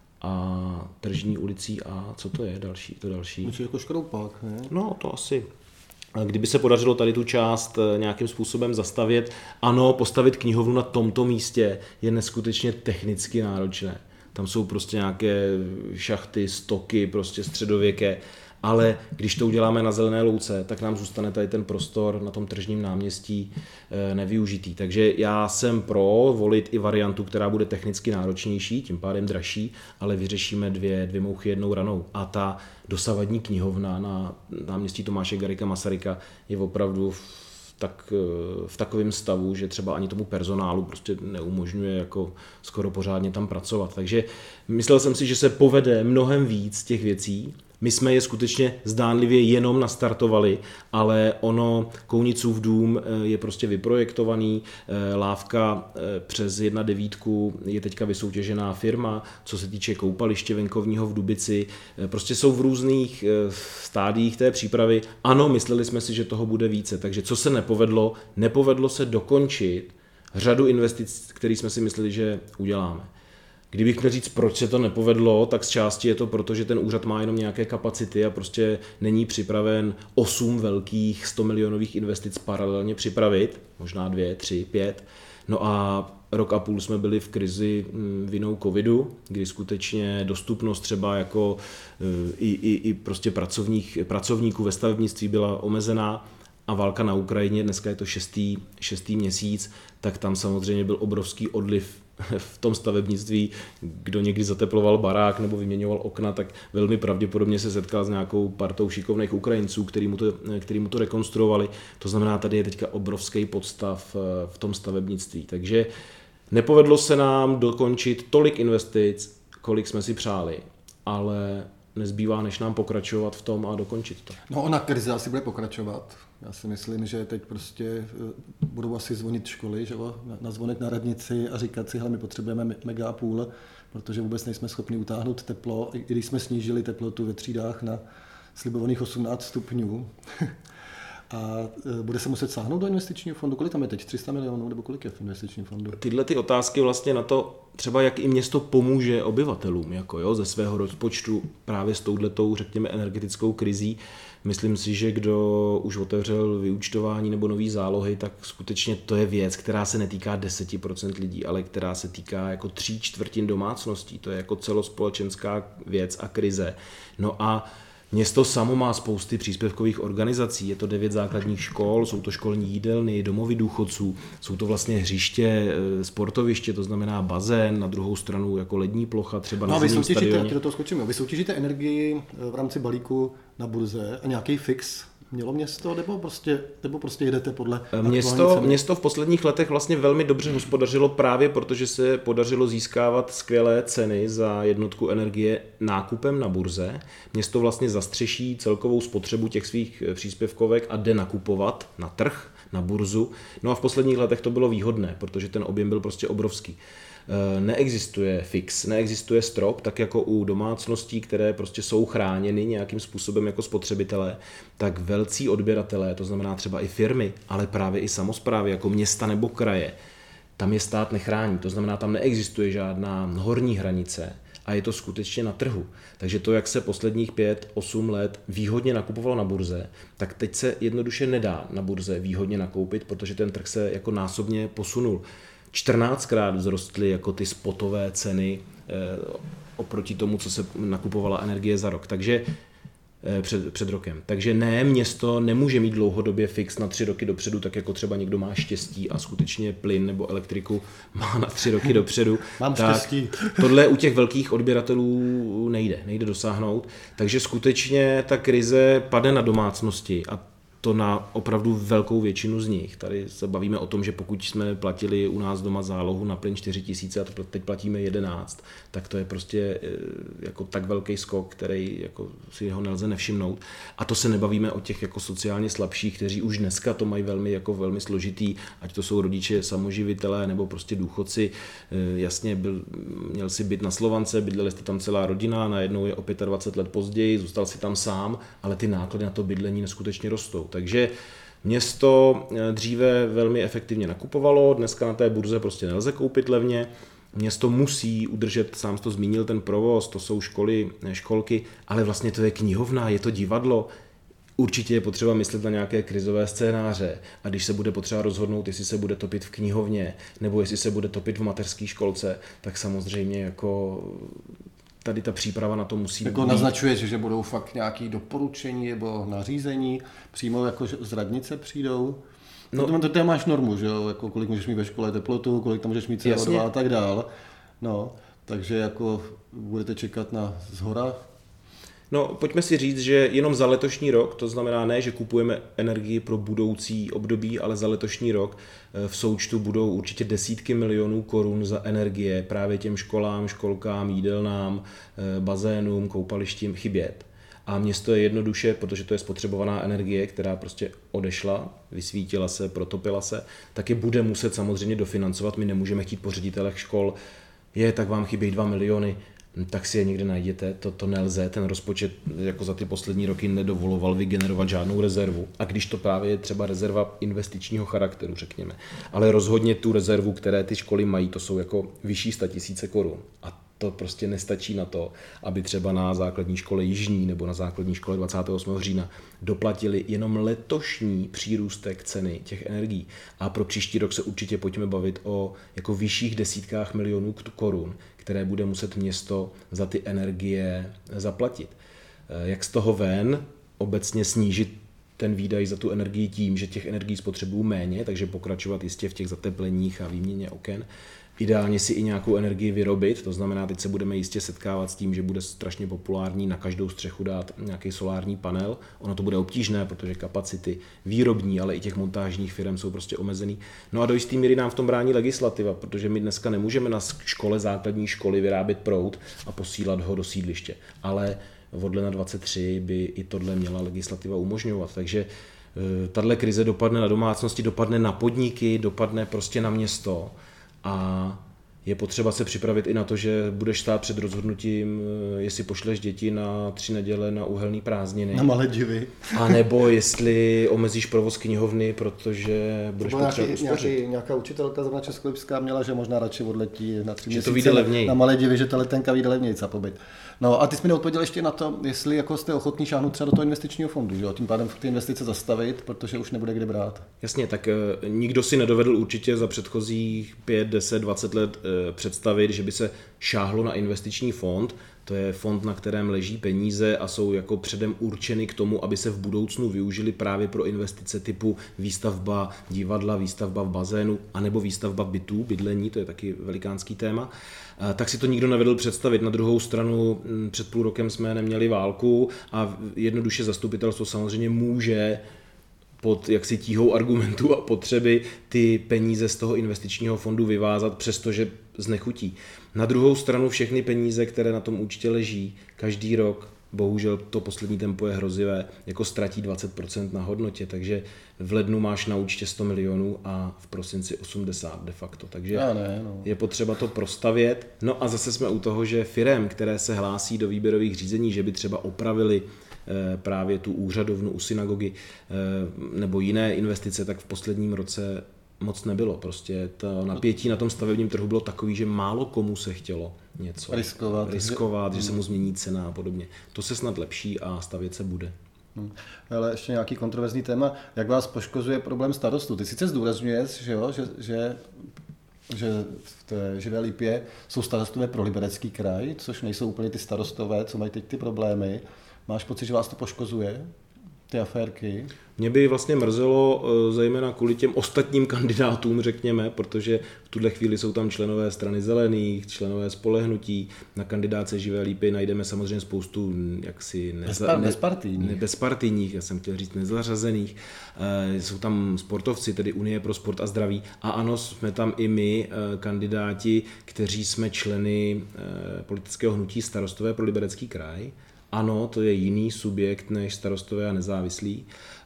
a Tržní ulicí a co to je další? To další. Určitě jako Škroupák, ne? No, to asi. Kdyby se podařilo tady tu část nějakým způsobem zastavět, ano, postavit knihovnu na tomto místě je neskutečně technicky náročné. Tam jsou prostě nějaké šachty, stoky, prostě středověké, ale když to uděláme na Zelené louce, tak nám zůstane tady ten prostor na tom Tržním náměstí nevyužitý. Takže já jsem pro volit i variantu, která bude technicky náročnější, tím pádem dražší, ale vyřešíme dvě, dvě mouchy jednou ranou. A ta dosavadní knihovna na náměstí Tomáše Garrigua Masaryka je opravdu v, tak, v takovém stavu, že třeba ani tomu personálu prostě neumožňuje jako skoro pořádně tam pracovat. Takže myslel jsem si, že se povede mnohem víc těch věcí, My jsme je skutečně zdánlivě jenom nastartovali, ale ono Kounicův dům je prostě vyprojektovaný, lávka přes jedna devítku je teďka vysoutěžená firma, co se týče koupaliště venkovního v Dubici, prostě jsou v různých stádiích té přípravy. Ano, mysleli jsme si, že toho bude více, takže co se nepovedlo? Nepovedlo se dokončit řadu investic, které jsme si mysleli, že uděláme. Kdybych měl říct, proč se to nepovedlo, tak z části je to proto, že ten úřad má jenom nějaké kapacity a prostě není připraven osm velkých sto milionových investic paralelně připravit, možná dvě, tři, pět. No a rok a půl jsme byli v krizi vinou covidu, kdy skutečně dostupnost třeba jako i, i, i prostě pracovních, pracovníků ve stavebnictví byla omezená a válka na Ukrajině, dneska je to šestý, šestý měsíc, tak tam samozřejmě byl obrovský odliv v tom stavebnictví, kdo někdy zateploval barák nebo vyměňoval okna, tak velmi pravděpodobně se setkal s nějakou partou šikovných Ukrajinců, který mu to, který mu to rekonstruovali. To znamená, tady je teďka obrovský podstav v tom stavebnictví. Takže nepovedlo se nám dokončit tolik investic, kolik jsme si přáli, ale nezbývá, než nám pokračovat v tom a dokončit to. No ona krize asi bude pokračovat. Já si myslím, že teď prostě budou asi zvonit školy, že jo, na zvonek na radnici a říkat si, hele, my potřebujeme mega a půl, protože vůbec nejsme schopni utáhnout teplo, i když jsme snížili teplotu ve třídách na slibovaných osmnáct stupňů. A bude se muset sáhnout do investičního fondu. Kolik tam je teď? tři sta milionů? Nebo kolik je v investičním fondu? Tyhle ty otázky vlastně na to, třeba jak i město pomůže obyvatelům, jako jo, ze svého rozpočtu právě s touhletou, řekněme, energetickou krizí. Myslím si, že kdo už otevřel vyúčtování nebo nový zálohy, tak skutečně to je věc, která se netýká deset procent lidí, ale která se týká jako tří čtvrtin domácností. To je jako celospolečenská věc a krize. No a město samo má spousty příspěvkových organizací, je to devět základních škol, jsou to školní jídelny, domovy důchodců, jsou to vlastně hřiště, sportoviště, to znamená bazén, na druhou stranu jako lední plocha, třeba no na zimním stadioně. No a do toho skočíme, vy soutěžíte energii v rámci balíku na burze a nějaký fix mělo město, nebo prostě, nebo prostě jedete podle město, město v posledních letech vlastně velmi dobře hospodařilo právě protože se podařilo získávat skvělé ceny za jednotku energie nákupem na burze. Město vlastně zastřeší celkovou spotřebu těch svých příspěvkovek a jde nakupovat na trh, na burzu. No a v posledních letech to bylo výhodné, protože ten objem byl prostě obrovský. Neexistuje fix, neexistuje strop, tak jako u domácností, které prostě jsou chráněny nějakým způsobem jako spotřebitelé, tak velcí odběratelé, to znamená třeba i firmy, ale právě i samosprávy jako města nebo kraje, tam je stát nechrání, to znamená, tam neexistuje žádná horní hranice a je to skutečně na trhu. Takže to, jak se posledních pět, osm let výhodně nakupovalo na burze, tak teď se jednoduše nedá na burze výhodně nakoupit, protože ten trh se jako násobně posunul. čtrnáctkrát vzrostly jako ty spotové ceny eh, oproti tomu, co se nakupovala energie za rok. Takže eh, před, před rokem. Takže ne, město nemůže mít dlouhodobě fix na tři roky dopředu, tak jako třeba někdo má štěstí a skutečně plyn nebo elektriku má na tři roky dopředu. Mám tak štěstí. Tohle u těch velkých odběratelů nejde, nejde dosáhnout. Takže skutečně ta krize padne na domácnosti a to na opravdu velkou většinu z nich. Tady se bavíme o tom, že pokud jsme platili u nás doma zálohu na plyn čtyři tisíce a to teď platíme jedenáct, tak to je prostě jako tak velký skok, který jako si ho nelze nevšimnout. A to se nebavíme o těch jako sociálně slabších, kteří už dneska to mají velmi, jako velmi složitý, ať to jsou rodiče samoživitelé nebo prostě důchodci. Jasně, byl, měl si byt na Slovance, bydleli jste tam celá rodina, najednou je o dvacet pět let později, zůstal si tam sám, ale ty náklady na to bydlení neskutečně rostou. Takže město dříve velmi efektivně nakupovalo, dneska na té burze prostě nelze koupit levně. Město musí udržet, sám to zmínil, ten provoz, to jsou školy, školky, ale vlastně to je knihovna, je to divadlo. Určitě je potřeba myslet na nějaké krizové scénáře a když se bude potřeba rozhodnout, jestli se bude topit v knihovně nebo jestli se bude topit v mateřské školce, tak samozřejmě jako tady ta příprava na to musí jako být. Naznačuješ, že budou fakt nějaké doporučení nebo nařízení, přímo jako z radnice přijdou? No, no to, to máš normu, že jo, jako kolik můžeš mít ve škole teplotu, kolik tam můžeš mít C O dva a tak dál. No, takže jako budete čekat na zhora. No, pojďme si říct, že jenom za letošní rok, to znamená ne, že kupujeme energii pro budoucí období, ale za letošní rok v součtu budou určitě desítky milionů korun za energie právě těm školám, školkám, jídelnám, bazénům, koupalištím chybět. a město je jednoduše, protože to je spotřebovaná energie, která prostě odešla, vysvítila se, protopila se, tak je bude muset samozřejmě dofinancovat. My nemůžeme chtít po ředitelech škol, je, tak vám chybí dva miliony, tak si je někde najděte, to, to nelze, ten rozpočet jako za ty poslední roky nedovoloval vygenerovat žádnou rezervu, a když to právě je třeba rezerva investičního charakteru, řekněme, ale rozhodně tu rezervu, které ty školy mají, to jsou jako vyšší statisíce korun a to prostě nestačí na to, aby třeba na základní škole Jižní nebo na základní škole dvacátého osmého října doplatili jenom letošní přírůstek ceny těch energií. A pro příští rok se určitě pojďme bavit o jako vyšších desítkách milionů korun, které bude muset město za ty energie zaplatit. Jak z toho ven obecně snížit ten výdaj za tu energii tím, že těch energií spotřebují méně, takže pokračovat jistě v těch zatepleních a výměně oken. Ideálně si i nějakou energii vyrobit, to znamená, teď se budeme jistě setkávat s tím, že bude strašně populární na každou střechu dát nějaký solární panel. Ono to bude obtížné, protože kapacity výrobní, ale i těch montážních firm jsou prostě omezený. No a do jistý míry nám v tom brání legislativa, protože my dneska nemůžeme na škole, základní školy vyrábět proud a posílat ho do sídliště. Ale od ledna dvacet tři by i tohle měla legislativa umožňovat. Takže tahle krize dopadne na domácnosti, dopadne na podniky, dopadne prostě na město. A je potřeba se připravit i na to, že budeš stát před rozhodnutím, jestli pošleš děti na tři neděle na uhelný prázdniny. Na Maledivy. A nebo jestli omezíš provoz knihovny, protože budeš potřebovat uspořit. Nějaká učitelka zrovna Českolipská měla, že možná radši odletí na tři že měsíce to na, na Maledivy, že ta letenka vyjde levněji za pobyt. No a ty jsi mi neodpověděl ještě na to, jestli jako jste ochotní šáhnout třeba do toho investičního fondu, že jo? Tím pádem ty investice zastavit, protože už nebude kde brát. Jasně, tak e, nikdo si nedovedl určitě za předchozích pět, deset, dvacet let e, představit, že by se šáhlo na investiční fond. To je fond, na kterém leží peníze a jsou jako předem určeny k tomu, aby se v budoucnu využili právě pro investice typu výstavba divadla, výstavba v bazénu, anebo výstavba bytů, bydlení, to je taky velikánský téma. Tak si to nikdo nevedl představit. Na druhou stranu před půl rokem jsme neměli válku a jednoduše zastupitelstvo samozřejmě může pod jaksi tíhou argumentů a potřeby ty peníze z toho investičního fondu vyvázat, přestože znechutí. Na druhou stranu všechny peníze, které na tom účtě leží, každý rok, bohužel to poslední tempo je hrozivé, jako ztratí dvacet procent na hodnotě, takže v lednu máš na účtě sto milionů a v prosinci osmdesát de facto, takže ne, no. je potřeba to prostavět. No a zase jsme u toho, že firem, které se hlásí do výběrových řízení, že by třeba opravili právě tu úřadovnu u synagogy nebo jiné investice, tak v posledním roce moc nebylo. Prostě to napětí na tom stavebním trhu bylo takový, že málo komu se chtělo něco riskovat, riskovat že se mu změní cena a podobně. To se snad lepší a stavět se bude. Hmm. Ale ještě nějaký kontroverzní téma. Jak vás poškozuje problém starostů? Ty sice zdůrazňuješ, že, jo, že, že, že v té Živé Lípě jsou starostové pro Liberecký kraj, což nejsou úplně ty starostové, co mají teď ty problémy. Máš pocit, že vás to poškozuje, ty aférky? Mě by vlastně mrzelo, zejména kvůli těm ostatním kandidátům, řekněme, protože v tuhle chvíli jsou tam členové Strany zelených, členové Spolehnutí. Na kandidáce Živé Lípy najdeme samozřejmě spoustu jaksi neza, ne, bezpartijních. Ne, bezpartijních, já jsem chtěl říct nezařazených. E, jsou tam sportovci, tedy Unie pro sport a zdraví. A ano, jsme tam i my, e, kandidáti, kteří jsme členy e, politického hnutí Starostové pro Liberecký kraj. Ano, to je jiný subjekt než Starostové a nezávislí.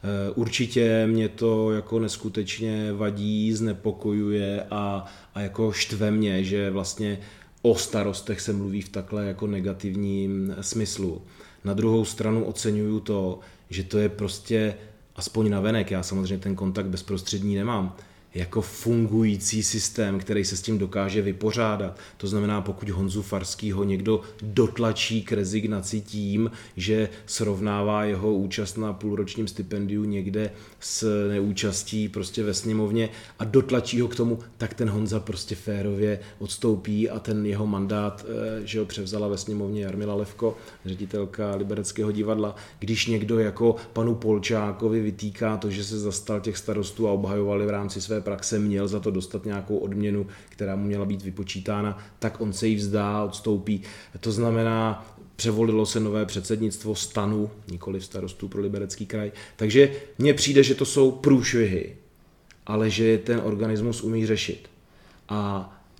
Určitě mě to jako neskutečně vadí, znepokojuje a, a jako štve mě, že vlastně o starostech se mluví v takhle jako negativním smyslu. Na druhou stranu oceňuju to, že to je prostě aspoň navenek, já samozřejmě ten kontakt bezprostřední nemám, jako fungující systém, který se s tím dokáže vypořádat. To znamená, pokud Honzu Farskýho někdo dotlačí k rezignaci tím, že srovnává jeho účast na půlročním stipendiu někde s neúčastí prostě ve sněmovně a dotlačí ho k tomu, tak ten Honza prostě férově odstoupí a ten jeho mandát, že ho převzala ve sněmovně Jarmila Levko, ředitelka Libereckého divadla. Když někdo jako panu Polčákovi vytýká to, že se zastal těch starostů a obhajovali v rámci své praxe, měl za to dostat nějakou odměnu, která mu měla být vypočítána, tak on se jí vzdá, odstoupí. To znamená, převolilo se nové předsednictvo STANu, nikoli Starostů pro Liberecký kraj. Takže mně přijde, že to jsou průšvihy, ale že ten organismus umí řešit. A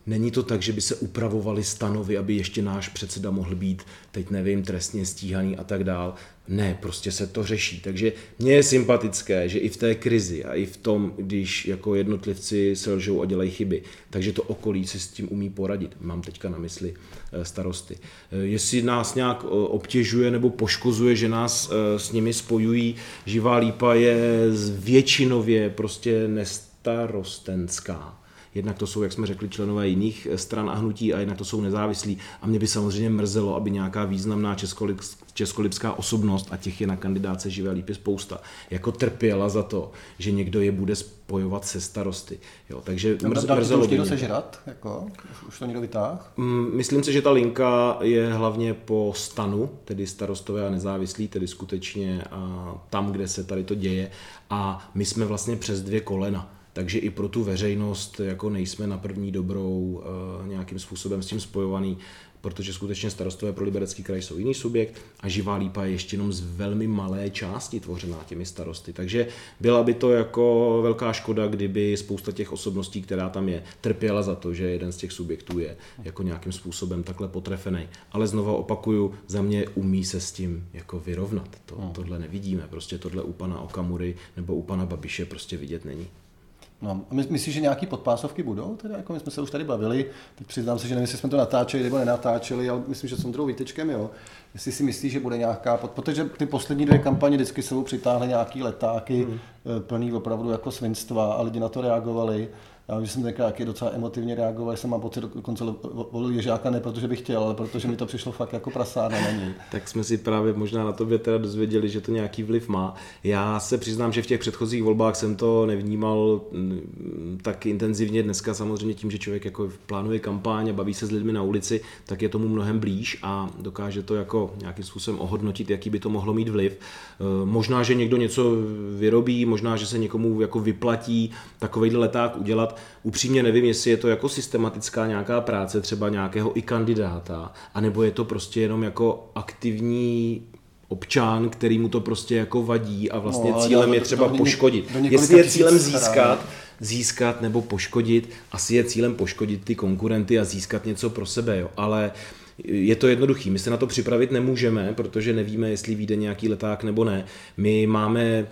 Není to tak, že by se upravovaly stanovy, aby ještě náš předseda mohl být, teď nevím, trestně stíhaný a tak dál. Ne, prostě se to řeší. Takže mně je sympatické, že i v té krizi a i v tom, když jako jednotlivci selžou a dělají chyby, takže to okolí si s tím umí poradit. Mám teďka na mysli starosty. Jestli nás nějak obtěžuje nebo poškozuje, že nás s nimi spojují, Živá Lípa je většinově prostě nestarostenská. Jednak to jsou, jak jsme řekli, členové jiných stran a hnutí a jednak to jsou nezávislí. A mě by samozřejmě mrzelo, aby nějaká významná českolipská osobnost, a těch je na kandidáce Živé Lípy spousta, jako trpěla za to, že někdo je bude spojovat se starosty. Jo, takže mrz, mrzelo by někdo sežrat? Jako? Už to někdo vytáhl? Myslím si, že ta linka je hlavně po stanu, tedy starostové a nezávislí, tedy skutečně a tam, kde se tady to děje. A my jsme vlastně přes dvě kolena. Takže i pro tu veřejnost jako nejsme na první dobrou e, nějakým způsobem s tím spojovaný, protože skutečně starostové pro Liberecký kraj jsou jiný subjekt a Živá Lípa je ještě jenom z velmi malé části tvořená těmi starosty. Takže byla by to jako velká škoda, kdyby spousta těch osobností, která tam je, trpěla za to, že jeden z těch subjektů je jako nějakým způsobem takhle potrefený. Ale znova opakuju, za mě umí se s tím jako vyrovnat. To, tohle nevidíme, prostě tohle u pana Okamury nebo u pana Babiše prostě vidět není. No, a my, myslíš, že nějaký podpásovky budou? Teda, jako my jsme se už tady bavili, teď přiznám se, že nevím, jestli jsme to natáčeli nebo nenatáčeli, ale myslím, že s Ondrou Vítečkem, jo. Jestli si myslíš, že bude nějaká, pod... protože ty poslední dvě kampaně vždycky sebou přitáhly nějaký letáky, hmm. plný opravdu jako svinstva a lidi na to reagovali. Já vím, že jsem tenkrát docela emotivně reagoval, jsem mám pocit, dokonce volil Ježáka ne protože bych chtěl, ale protože mi to přišlo fakt jako prasárna na něj. Tak jsme si právě možná na tobě teda dozvěděli, že to nějaký vliv má. Já se přiznám, že v těch předchozích volbách jsem to nevnímal tak intenzivně. Dneska samozřejmě tím, že člověk jako plánuje kampaň a baví se s lidmi na ulici, tak je tomu mnohem blíž a dokáže to jako nějakým způsobem ohodnotit, jaký by to mohlo mít vliv. Možná, že někdo něco vyrobí, možná, že se někomu jako vyplatí takovejhle leták udělat. Upřímně nevím, jestli je to jako systematická nějaká práce třeba nějakého i kandidáta, anebo je to prostě jenom jako aktivní občan, který mu to prostě jako vadí a vlastně no, cílem do, je třeba do, poškodit. Do jestli je cílem získat, získat nebo poškodit, asi je cílem poškodit ty konkurenty a získat něco pro sebe, jo. Ale je to jednoduchý, my se na to připravit nemůžeme, protože nevíme, jestli vyjde nějaký leták nebo ne. My máme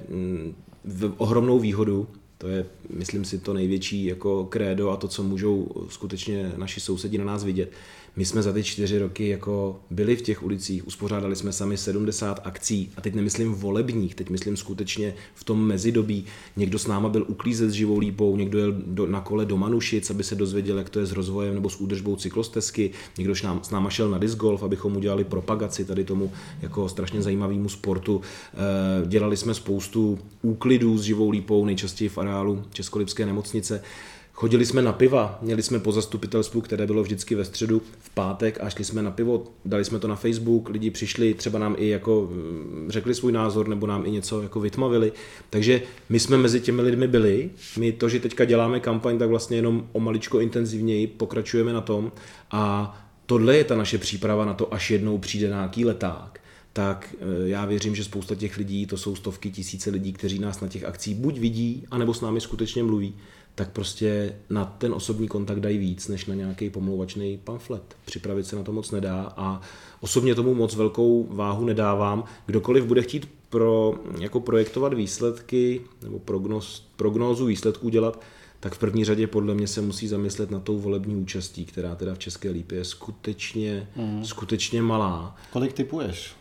ohromnou výhodu, to je, myslím si, to největší jako krédo a to, co můžou skutečně naši sousedi na nás vidět. My jsme za ty čtyři roky jako byli v těch ulicích, uspořádali jsme sami sedmdesát akcí a teď nemyslím volebních, teď myslím skutečně v tom mezidobí. Někdo s náma byl uklízet s Živou Lípou, někdo jel do, na kole do Manušic, aby se dozvěděl, jak to je s rozvojem nebo s údržbou cyklostezky, někdo s náma šel na disc golf, abychom udělali propagaci tady tomu jako strašně zajímavému sportu. Dělali jsme spoustu úklidů s Živou Lípou, nejčastěji v areálu Českolipské nemocnice. Chodili jsme na piva, měli jsme po zastupitelstvu, které bylo vždycky ve středu, v pátek a šli jsme na pivo, dali jsme to na Facebook, lidi přišli, třeba nám i jako řekli svůj názor nebo nám i něco jako vytmavili. Takže my jsme mezi těmi lidmi byli, my to, že teďka děláme kampaň, tak vlastně jenom o maličko intenzivněji pokračujeme na tom a tohle je ta naše příprava na to, až jednou přijde nějaký leták. Tak já věřím, že spousta těch lidí, to jsou stovky tisíce lidí, kteří nás na těch akcích buď vidí, anebo s námi skutečně mluví, tak prostě na ten osobní kontakt dají víc, než na nějaký pomlouvačný pamflet. Připravit se na to moc nedá a osobně tomu moc velkou váhu nedávám. Kdokoliv bude chtít pro, jako projektovat výsledky nebo prognoz, prognózu výsledků dělat, tak v první řadě podle mě se musí zamyslet na tou volební účastí, která teda v České Lípě je skutečně, mm. skutečně malá. Kolik tipuješ?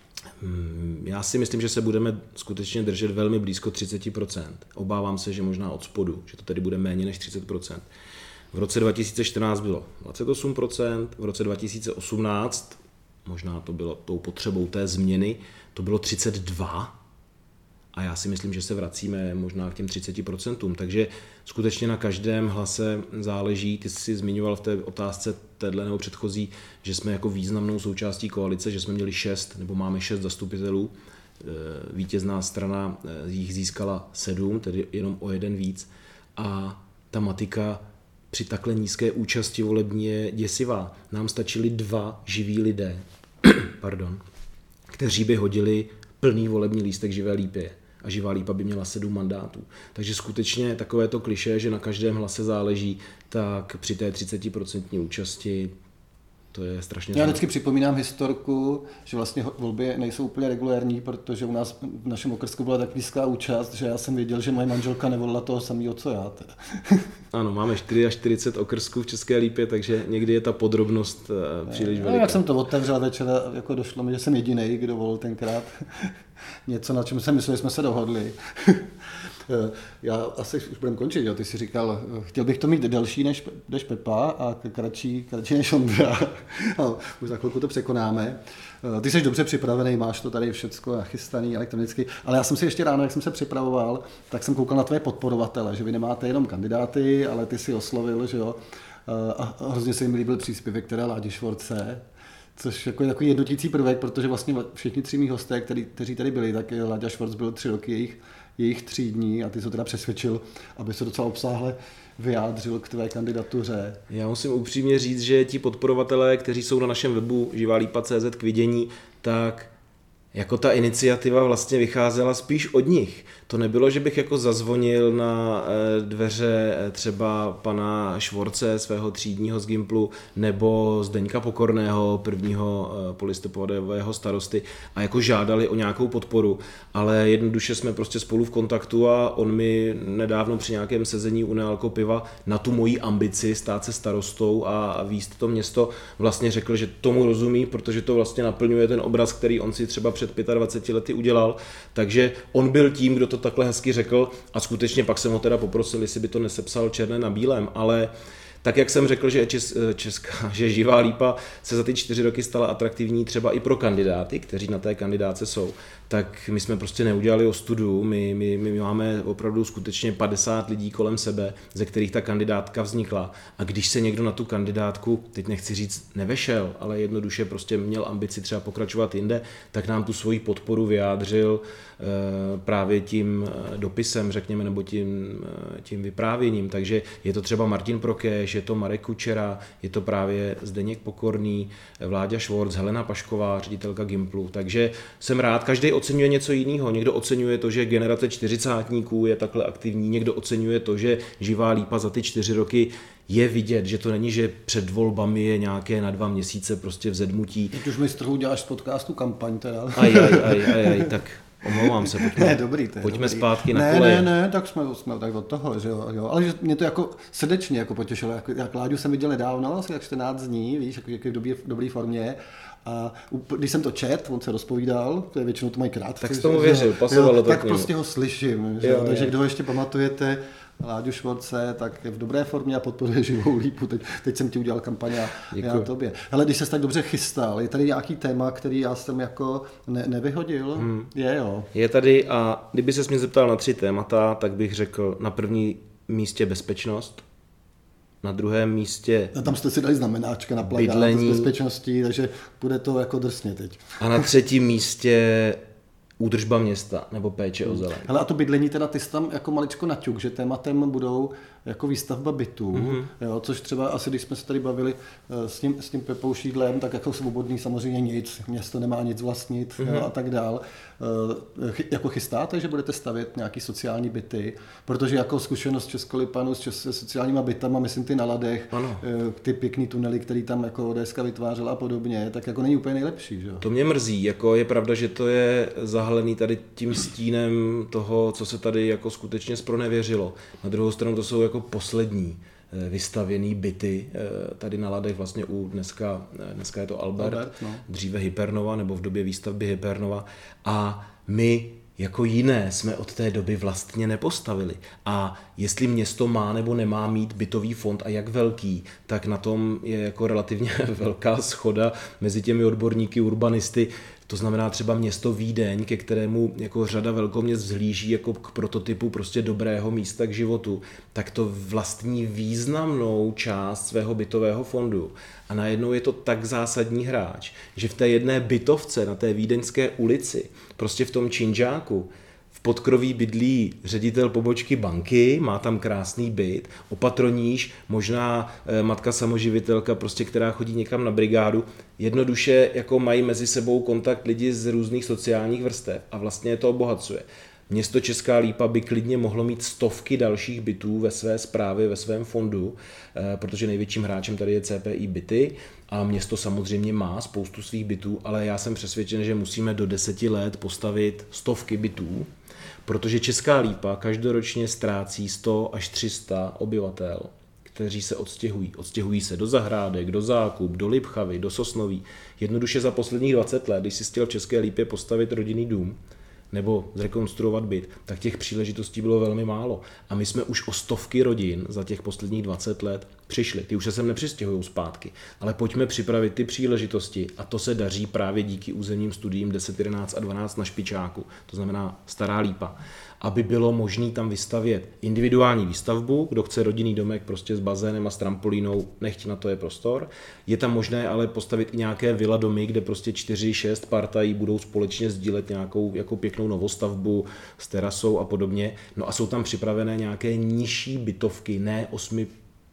Já si myslím, že se budeme skutečně držet velmi blízko třicet procent. Obávám se, že možná od spodu, že to tedy bude méně než třicet procent. V roce dva tisíce čtrnáct bylo dvacet osm procent, v roce dva tisíce osmnáct, možná to bylo tou potřebou té změny, to bylo třicet dva procent. A já si myslím, že se vracíme možná k těm třiceti procentům. Takže skutečně na každém hlase záleží. Ty jsi zmiňoval v té otázce téhle nebo předchozí, že jsme jako významnou součástí koalice, že jsme měli šest nebo máme šest zastupitelů. Vítězná strana jich získala sedm, tedy jenom o jeden víc. A ta matika při takhle nízké účasti volební je děsivá. Nám stačili dva živí lidé, pardon, kteří by hodili plný volební lístek Živé Lípě. a Živá lípa by měla sedm mandátů. Takže skutečně takové to klišé, že na každém hlase záleží, tak při té třicetiprocentní účasti to je strašně. Já vždycky připomínám historku, že vlastně volby nejsou úplně regulérní, protože u nás v našem okrsku byla tak nízká účast, že já jsem věděl, že moje manželka nevolila toho samého, co já. Teda. Ano, máme čtyřicet čtyři okrsků v České Lípě, takže někdy je ta podrobnost příliš ne, veliká. Jak jsem to otevřel večera, jako došlo mi, že jsem jedinej, kdo volil tenkrát. Něco, na čem jsem myslel, že jsme se dohodli. Já asi už budem končit, jo. Ty jsi říkal, chtěl bych to mít delší než, než Pepa a kratší, kratší než Ondra. Už za chvilku to překonáme. Ty jsi dobře připravený, máš to tady všecko nachystaný elektronicky, ale já jsem si ještě ráno, jak jsem se připravoval, tak jsem koukal na tvé podporovatele, že vy nemáte jenom kandidáty, ale ty si oslovil, že jo. A hrozně se jim líbil příspěvek teda Ládi Švorce, což jako je takový jednotící prvek, protože vlastně všichni tři mý hosté, který, kteří tady byli, tak Láďa Švorc byl tři roky jejich, jejich třídní a ty se teda přesvědčil, aby se docela obsáhle vyjádřil k tvé kandidatuře. Já musím upřímně říct, že ti podporovatelé, kteří jsou na našem webu živalipa tečka cé zet k vidění, tak jako ta iniciativa vlastně vycházela spíš od nich. To nebylo, že bych jako zazvonil na dveře třeba pana Švorce, svého třídního z Gimplu, nebo Zdeňka Pokorného, prvního polistopadového starosty, a jako žádali o nějakou podporu, ale jednoduše jsme prostě spolu v kontaktu a on mi nedávno při nějakém sezení u Nealko piva na tu moji ambici stát se starostou a vést to město vlastně řekl, že tomu rozumí, protože to vlastně naplňuje ten obraz, který on si třeba před dvaceti pěti lety udělal, takže on byl tím, kdo to takhle hezky řekl a skutečně pak jsem ho teda poprosil, jestli by to nesepsal černé na bílém, ale tak jak jsem řekl, že Čes, Česká, že Živá lípa se za ty čtyři roky stala atraktivní třeba i pro kandidáty, kteří na té kandidáce jsou, tak my jsme prostě neudělali ostudu, my, my, my máme opravdu skutečně padesát lidí kolem sebe, ze kterých ta kandidátka vznikla, a když se někdo na tu kandidátku, teď nechci říct nevešel, ale jednoduše prostě měl ambici třeba pokračovat jinde, tak nám tu svoji podporu vyjádřil e, právě tím dopisem, řekněme, nebo tím, tím vyprávěním, takže je to třeba Martin Prokeš, je to Marek Kučera, je to právě Zdeněk Pokorný, Vláďa Švorc, Helena Pašková, ředitelka Gimplu, takže jsem rád, každý oceňuje něco jiného, někdo oceňuje to, že generace čtyřicátníků je takhle aktivní, někdo oceňuje to, že Živá lípa za ty čtyři roky je vidět, že to není, že před volbami je nějaké na dva měsíce prostě vzedmutí. Teď už mi z trhu děláš z podcastu kampaň teda. Aj, aj, aj, aj, aj, tak omlouvám se, pojďme, ne, dobrý, to je pojďme dobrý. zpátky na ne, koleje. Ne, ne, tak jsme, jsme tak od toho, že jo, jo. Ale že mě to jako srdečně jako potěšilo, jak, jak Láďu jsem viděl nedávno, asi jak čtrnáct dní, víš, jak, jak je v dobrý, v dobrý formě. A když jsem to čet, on se rozpovídal, to je většinou to mají krátce. Tak jsi tomu věřil, pasovalo jo, to tak k němu. prostě ho slyším, že? Jo, Takže je. kdo ho ještě pamatujete, Láďu Švorce, tak je v dobré formě a podporuje Živou lípu. Teď, teď jsem ti udělal kampaň a já tobě. Hele, když ses tak dobře chystal, je tady nějaký téma, který já jsem jako ne, nevyhodil? Hmm. Je, jo. Je tady, a kdyby ses mě zeptal na tři témata, tak bych řekl na první místě bezpečnost, na druhém místě a tam jste si dali znamenáčka na plakát z bezpečností, takže bude to jako drsně teď. A na třetím místě údržba města nebo péče o zeleň. Hele, a to bydlení teda ty jsi tam jako maličko naťuk, že tématem budou jako výstavba bytů, mm-hmm. jo, což třeba asi, když jsme se tady bavili s tím, s tím Pepou Šídlem, tak jako Svobodný samozřejmě nic, město nemá nic vlastnit, mm-hmm. jo, a tak dál. Ch- jako chystáte, že budete stavět nějaký sociální byty, protože jako zkušenost Českolipanu s čes- sociálníma bytama, myslím ty na Ladech, ano. ty pěkný tunely, který tam jako ODSka vytvářela a podobně, tak jako není úplně nejlepší, že jo? To mě mrzí, jako je pravda, že to je zahalený tady tím stínem toho, co se tady jako skutečně zpronevěřilo. Na druhou stranu to jsou jako poslední vystavěný byty tady na Ladech, vlastně u dneska, dneska je to Albert, Albert no. dříve Hypernova, nebo v době výstavby Hypernova, a my jako jiné jsme od té doby vlastně nepostavili. A jestli město má nebo nemá mít bytový fond a jak velký, tak na tom je jako relativně velká shoda mezi těmi odborníky, urbanisty. To znamená třeba město Vídeň, ke kterému jako řada velkoměst vzhlíží jako k prototypu prostě dobrého místa k životu, tak to vlastní významnou část svého bytového fondu. A najednou je to tak zásadní hráč, že v té jedné bytovce na té vídeňské ulici, prostě v tom činžáku, v podkroví bydlí ředitel pobočky banky, má tam krásný byt, opatroníž, možná matka samoživitelka, prostě, která chodí někam na brigádu, jednoduše jako mají mezi sebou kontakt lidi z různých sociálních vrstev a vlastně to obohacuje. Město Česká Lípa by klidně mohlo mít stovky dalších bytů ve své správě, ve svém fondu, protože největším hráčem tady je C P I Byty a město samozřejmě má spoustu svých bytů, ale já jsem přesvědčen, že musíme do deseti let postavit stovky bytů, protože Česká Lípa každoročně ztrácí sto až tři sta obyvatel, kteří se odstěhují. Odstěhují se do Zahrádek, do Zákup, do Lipchavy, do Sosnoví. Jednoduše za posledních dvacet let, když si chtěl v České Lípě postavit rodinný dům nebo zrekonstruovat byt, tak těch příležitostí bylo velmi málo. A my jsme už o stovky rodin za těch posledních dvacet let přišli. Ty už se sem nepřistěhují zpátky. Ale pojďme připravit ty příležitosti a to se daří právě díky územním studiím deset, jedenáct a dvanáct na Špičáku, to znamená Stará Lípa, aby bylo možné tam vystavět individuální výstavbu, kdo chce rodinný domek prostě s bazénem a s trampolínou, nechť na to je prostor. Je tam možné ale postavit i nějaké vila domy, kde prostě čtyři, šest partají budou společně sdílet nějakou jako pěknou novostavbu s terasou a podobně. No a jsou tam připravené nějaké nižší bytovky, ne osmi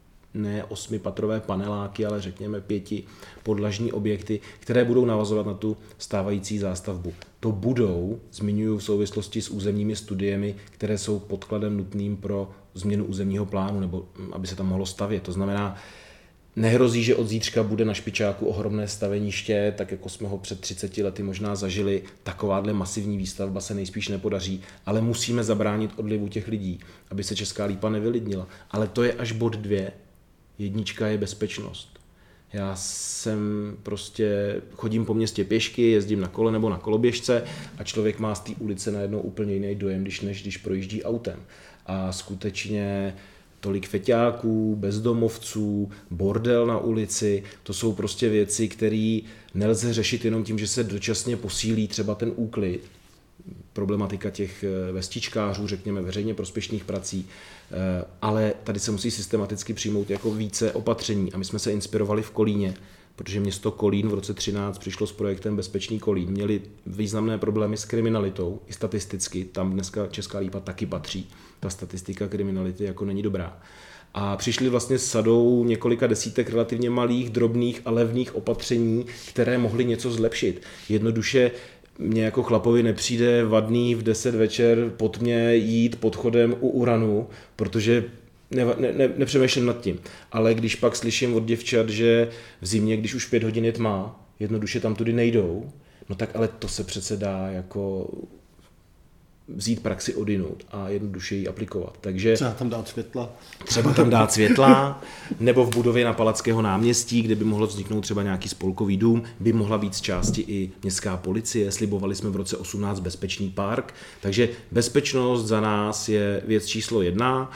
ne osmipatrové paneláky, ale řekněme pěti podlažní objekty, které budou navazovat na tu stávající zástavbu. To budou, zmiňuji v souvislosti s územními studiemi, které jsou podkladem nutným pro změnu územního plánu, nebo aby se tam mohlo stavět. To znamená, nehrozí, že od zítřka bude na Špičáku ohromné staveniště, tak jako jsme ho před třiceti lety možná zažili. Takováhle masivní výstavba se nejspíš nepodaří, ale musíme zabránit odlivu těch lidí, aby se Česká Lípa nevylidnila. Ale to je až bod dvě. Jednička je bezpečnost. Já jsem prostě, chodím po městě pěšky, jezdím na kole nebo na koloběžce a člověk má z té ulice najednou úplně jiný dojem, když, než když projíždí autem. A skutečně tolik feťáků, bezdomovců, bordel na ulici, to jsou prostě věci, které nelze řešit jenom tím, že se dočasně posílí třeba ten úklid. Problematika těch vestičkářů, řekněme, veřejně prospěšných prací, ale tady se musí systematicky přijmout jako více opatření a my jsme se inspirovali v Kolíně, protože město Kolín v roce třináct přišlo s projektem Bezpečný Kolín. Měli významné problémy s kriminalitou, i statisticky, tam dneska Česká Lípa taky patří, ta statistika kriminality jako není dobrá. A přišli vlastně s sadou několika desítek relativně malých, drobných a levných opatření, které mohly něco zlepšit. Jednoduše mně jako chlapovi nepřijde vadný v deset večer po tmě jít podchodem u Uranu, protože ne, ne, ne, nepřemýšlím nad tím. Ale když pak slyším od děvčat, že v zimě, když už pět hodin je tma, jednoduše tam tudy nejdou, no tak ale to se přece dá jako vzít praxi odjinud a jednoduše ji aplikovat. Takže třeba tam dát světla. Třeba tam dát světla, nebo v budově na Palackého náměstí, kde by mohlo vzniknout třeba nějaký spolkový dům, by mohla být z části i městská policie. Slibovali jsme v roce osmnáct bezpečný park, takže bezpečnost za nás je věc číslo jedna.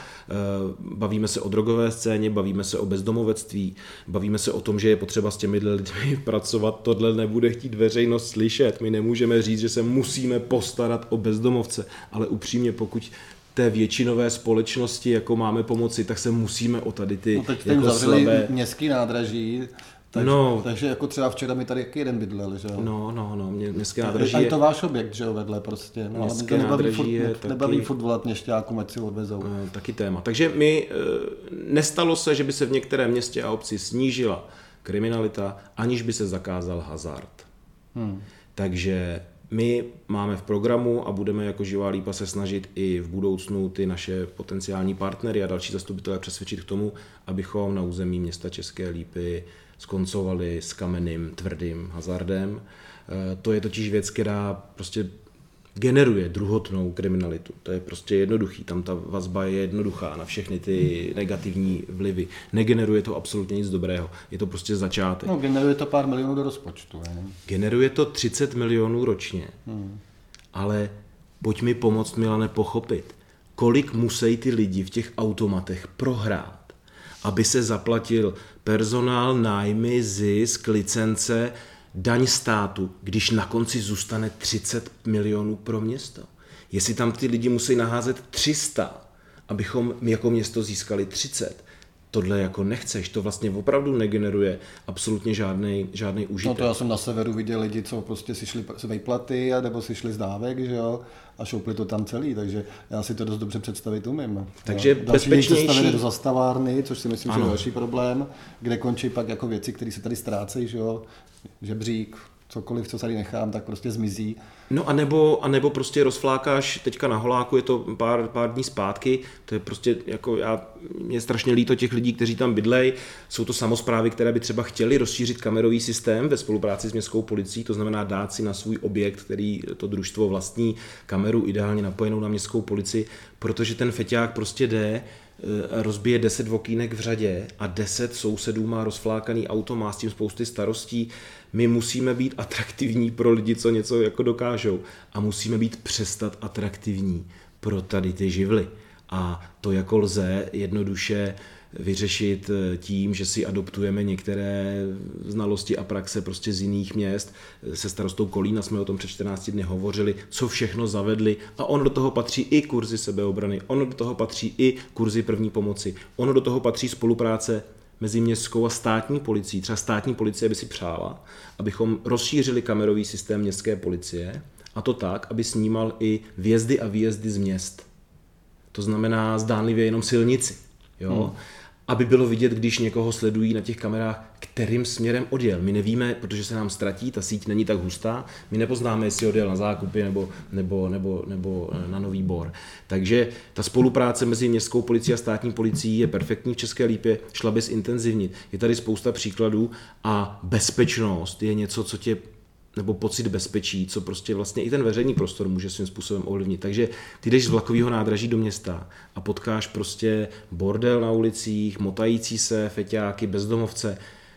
Bavíme se o drogové scéně, bavíme se o bezdomovectví, bavíme se o tom, že je potřeba s těmi lidmi pracovat. Tohle nebude chtít veřejnost slyšet. My nemůžeme říct, že se musíme postarat o bezdomovce, ale upřímně, pokud té většinové společnosti, jako máme pomoci, tak se musíme o tady ty no, teď jako slabé... městský nádraží, takže, no, takže jako třeba včera mi tady jaký jeden bydlel, že jo? No, no, no, mě, městské nádraží je... A je to váš objekt, že jo, vedle prostě. No, městské nádraží furt, je taky... Nebaví furt volat měšťákům, ať si odvezou. No, taky téma. Takže my, nestalo se, že by se v některém městě a obci snížila kriminalita, aniž by se zakázal hazard. Hmm. Takže my máme v programu a budeme jako Živá Lípa se snažit i v budoucnu ty naše potenciální partnery a další zastupitelé přesvědčit k tomu, abychom na území města České Lípy skoncovali s kamenným tvrdým hazardem. To je totiž věc, která prostě generuje druhotnou kriminalitu. To je prostě jednoduchý. Tam ta vazba je jednoduchá na všechny ty negativní vlivy. Negeneruje to absolutně nic dobrého. Je to prostě začátek. No, generuje to pár milionů do rozpočtu. Ne? Generuje to třicet milionů ročně. Hmm. Ale pojď mi pomoct, Milane, pochopit, kolik musí ty lidi v těch automatech prohrát, aby se zaplatil personál, nájmy, zisk, licence, daň státu, když na konci zůstane třicet milionů pro město. Jestli tam ty lidi musí naházet tři sta, abychom my jako město získali třicet, tohle jako nechceš, to vlastně opravdu negeneruje absolutně žádnej, žádnej užitek. No to já jsem na severu viděl lidi, co prostě si šli z vejplaty, nebo si šli z dávek, že jo, a šoupli to tam celý, takže já si to dost dobře představit umím. Takže bezpečnější. Další do zastavárny, což si myslím, ano, že je další problém, kde končí pak jako věci, které se tady ztrácejí, že jo, žebřík, cokoliv, co tady nechám, tak prostě zmizí. No a nebo, a nebo prostě rozflákáš teďka na Holáku, je to pár, pár dní zpátky, to je prostě jako já, mě je strašně líto těch lidí, kteří tam bydlej, jsou to samosprávy, které by třeba chtěli rozšířit kamerový systém ve spolupráci s městskou policií, to znamená dát si na svůj objekt, který to družstvo vlastní, kameru ideálně napojenou na městskou policii, protože ten feťák prostě jde, rozbije deset okýnek v řadě a deset sousedů má rozflákaný auto, má s tím spousty starostí. My musíme být atraktivní pro lidi, co něco jako dokážou a musíme být přestat atraktivní pro tady ty živly. A to jako lze jednoduše vyřešit tím, že si adoptujeme některé znalosti a praxe prostě z jiných měst. Se starostou Kolína jsme o tom před čtrnácti dny hovořili, co všechno zavedli a ono do toho patří i kurzy sebeobrany, ono do toho patří i kurzy první pomoci, ono do toho patří spolupráce mezi městskou a státní policií. Třeba státní policie by si přála, abychom rozšířili kamerový systém městské policie a to tak, aby snímal i vjezdy a výjezdy z měst. To znamená zdánlivě jenom silnici. Jo? Hmm. Aby bylo vidět, když někoho sledují na těch kamerách, kterým směrem odjel. My nevíme, protože se nám ztratí, ta síť není tak hustá, my nepoznáme, jestli odjel na Zákupy nebo, nebo, nebo, nebo na Nový Bor. Takže ta spolupráce mezi městskou policií a státní policií je perfektní v České Lípě, šla by zintenzivnit. Je tady spousta příkladů a bezpečnost je něco, co tě nebo pocit bezpečí, co prostě vlastně i ten veřejný prostor může svým způsobem ovlivnit. Takže ty jdeš z vlakového nádraží do města a potkáš prostě bordel na ulicích, motající se, feťáky, bezdomovce.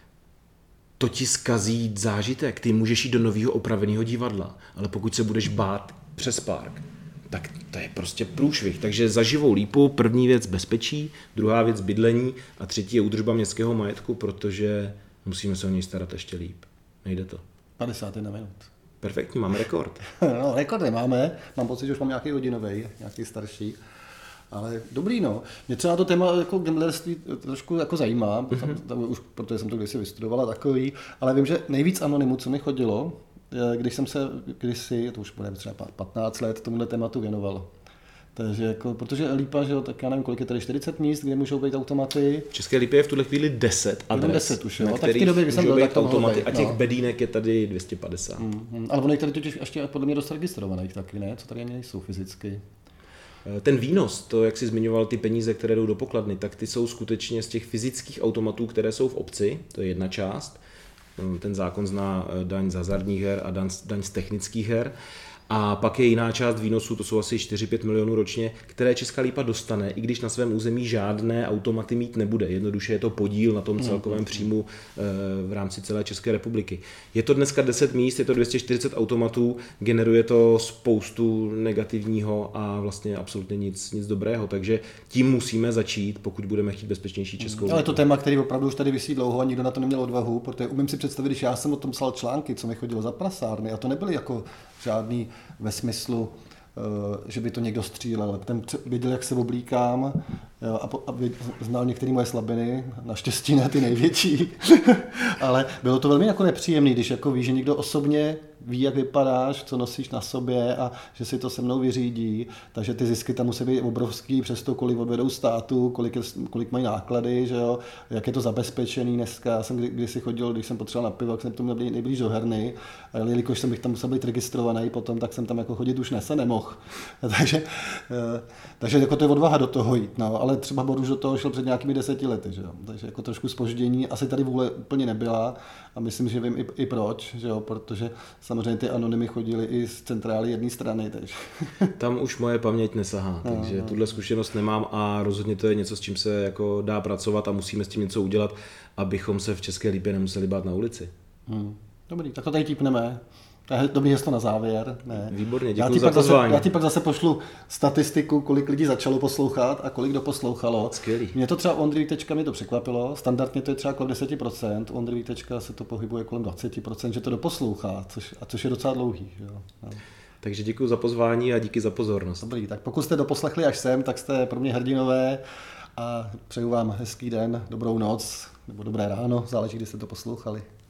To ti zkazí zážitek. Ty můžeš jít do nového opraveného divadla, ale pokud se budeš bát přes park, tak to je prostě průšvih. Takže za živou Lípu první věc bezpečí, druhá věc bydlení a třetí je údržba městského majetku, protože musíme se o něj starat ještě líp. Nejde to. padesát jedna minut. Perfektní, máme rekord. No, rekord nemáme, mám pocit, že už mám nějaký hodinový, nějaký starší, ale dobrý, no. Mě třeba to téma jako gamblerství trošku jako zajímá, mm-hmm. tam, tam už, protože jsem to kdysi vystudovala takový, ale vím, že nejvíc anonymů, co mi chodilo, když jsem se kdysi, to už bude třeba patnáct let, tomuhle tématu věnoval. Takže jako, protože Lípa, že jo, tak já nevím, kolik je tady čtyřicet míst, kde můžou být automaty. V České Lípě je v tuhle chvíli deset adres, deset už, jo. na Tak v kterých té době, můžou byl, být tak to automaty být, a těch no. bedínek je tady dvě stě padesát. Mm, ale ono je tady totiž ještě podle mě dost registrovaných taky, ne? Co tady ani nejsou fyzicky. Ten výnos, to, jak jsi zmiňoval ty peníze, které jdou do pokladny, tak ty jsou skutečně z těch fyzických automatů, které jsou v obci, to je jedna část. Ten zákon zná daň z hazardních her a daň, daň z technických her. A pak je jiná část výnosů, to jsou asi čtyři pět milionů ročně, které Česká Lípa dostane, i když na svém území žádné automaty mít nebude. Jednoduše je to podíl na tom celkovém příjmu v rámci celé České republiky. Je to dneska deset míst, je to dvě stě čtyřicet automatů, generuje to spoustu negativního a vlastně absolutně nic, nic dobrého. Takže tím musíme začít, pokud budeme chtít bezpečnější Českou Lípu. Ale to téma, který opravdu už tady visí dlouho a nikdo na to neměl odvahu, protože umím si představit, když já jsem o tom psal články, co mi chodilo za prasárny, a to nebyly jako žádný ve smyslu, že by to někdo střílel. Ten viděl, jak se oblíkám, a, po, a znal některé moje slabiny, naštěstí ne ty největší, ale bylo to velmi jako nepříjemný, když jako víš, že někdo osobně ví, jak vypadáš, co nosíš na sobě a že si to se mnou vyřídí, takže ty zisky tam musí být obrovský, přesto kolik odvedou státu, kolik, je, kolik mají náklady, že jo, jak je to zabezpečený dneska. Já jsem kdy, kdysi chodil, když jsem potřeboval na pivo, tak jsem to měl nejblíž do herny, a jelikož jsem bych tam musel být registrovaný potom, tak jsem tam jako chodit už nese nemohl. takže, takže jako to je odvaha do toho jít, no, ale třeba Boruž do toho šel před nějakými deseti lety, že jo, takže jako trošku zpoždění, asi tady vůle úplně nebyla a myslím, že vím i, i proč, že jo, protože samozřejmě ty anonymy chodily i z centrály jedné strany, takže. Tam už moje paměť nesahá, no, takže no. tuhle zkušenost nemám a rozhodně to je něco, s čím se jako dá pracovat a musíme s tím něco udělat, abychom se v České Lípě nemuseli bát na ulici. Hmm. Dobrý, tak to tady típneme. Dobrý gesto na závěr. Ne. Výborně, děkuji za pozvání. pozvání. Já ti pak zase pošlu statistiku, kolik lidí začalo poslouchat a kolik doposlouchalo. Skvělý. Mě to třeba u Ondry Vítečka mi to překvapilo. Standardně to je třeba kolem deset procent, u Ondry Vítečka se to pohybuje kolem dvacet procent, že to doposlouchá, což, a což je docela dlouhý. Jo. No. Takže děkuji za pozvání a díky za pozornost. Dobrý, tak pokud jste doposlechli až sem, tak jste pro mě hrdinové a přeju vám hezký den, dobrou noc nebo dobré ráno, záleží, kdy jste to poslouchali.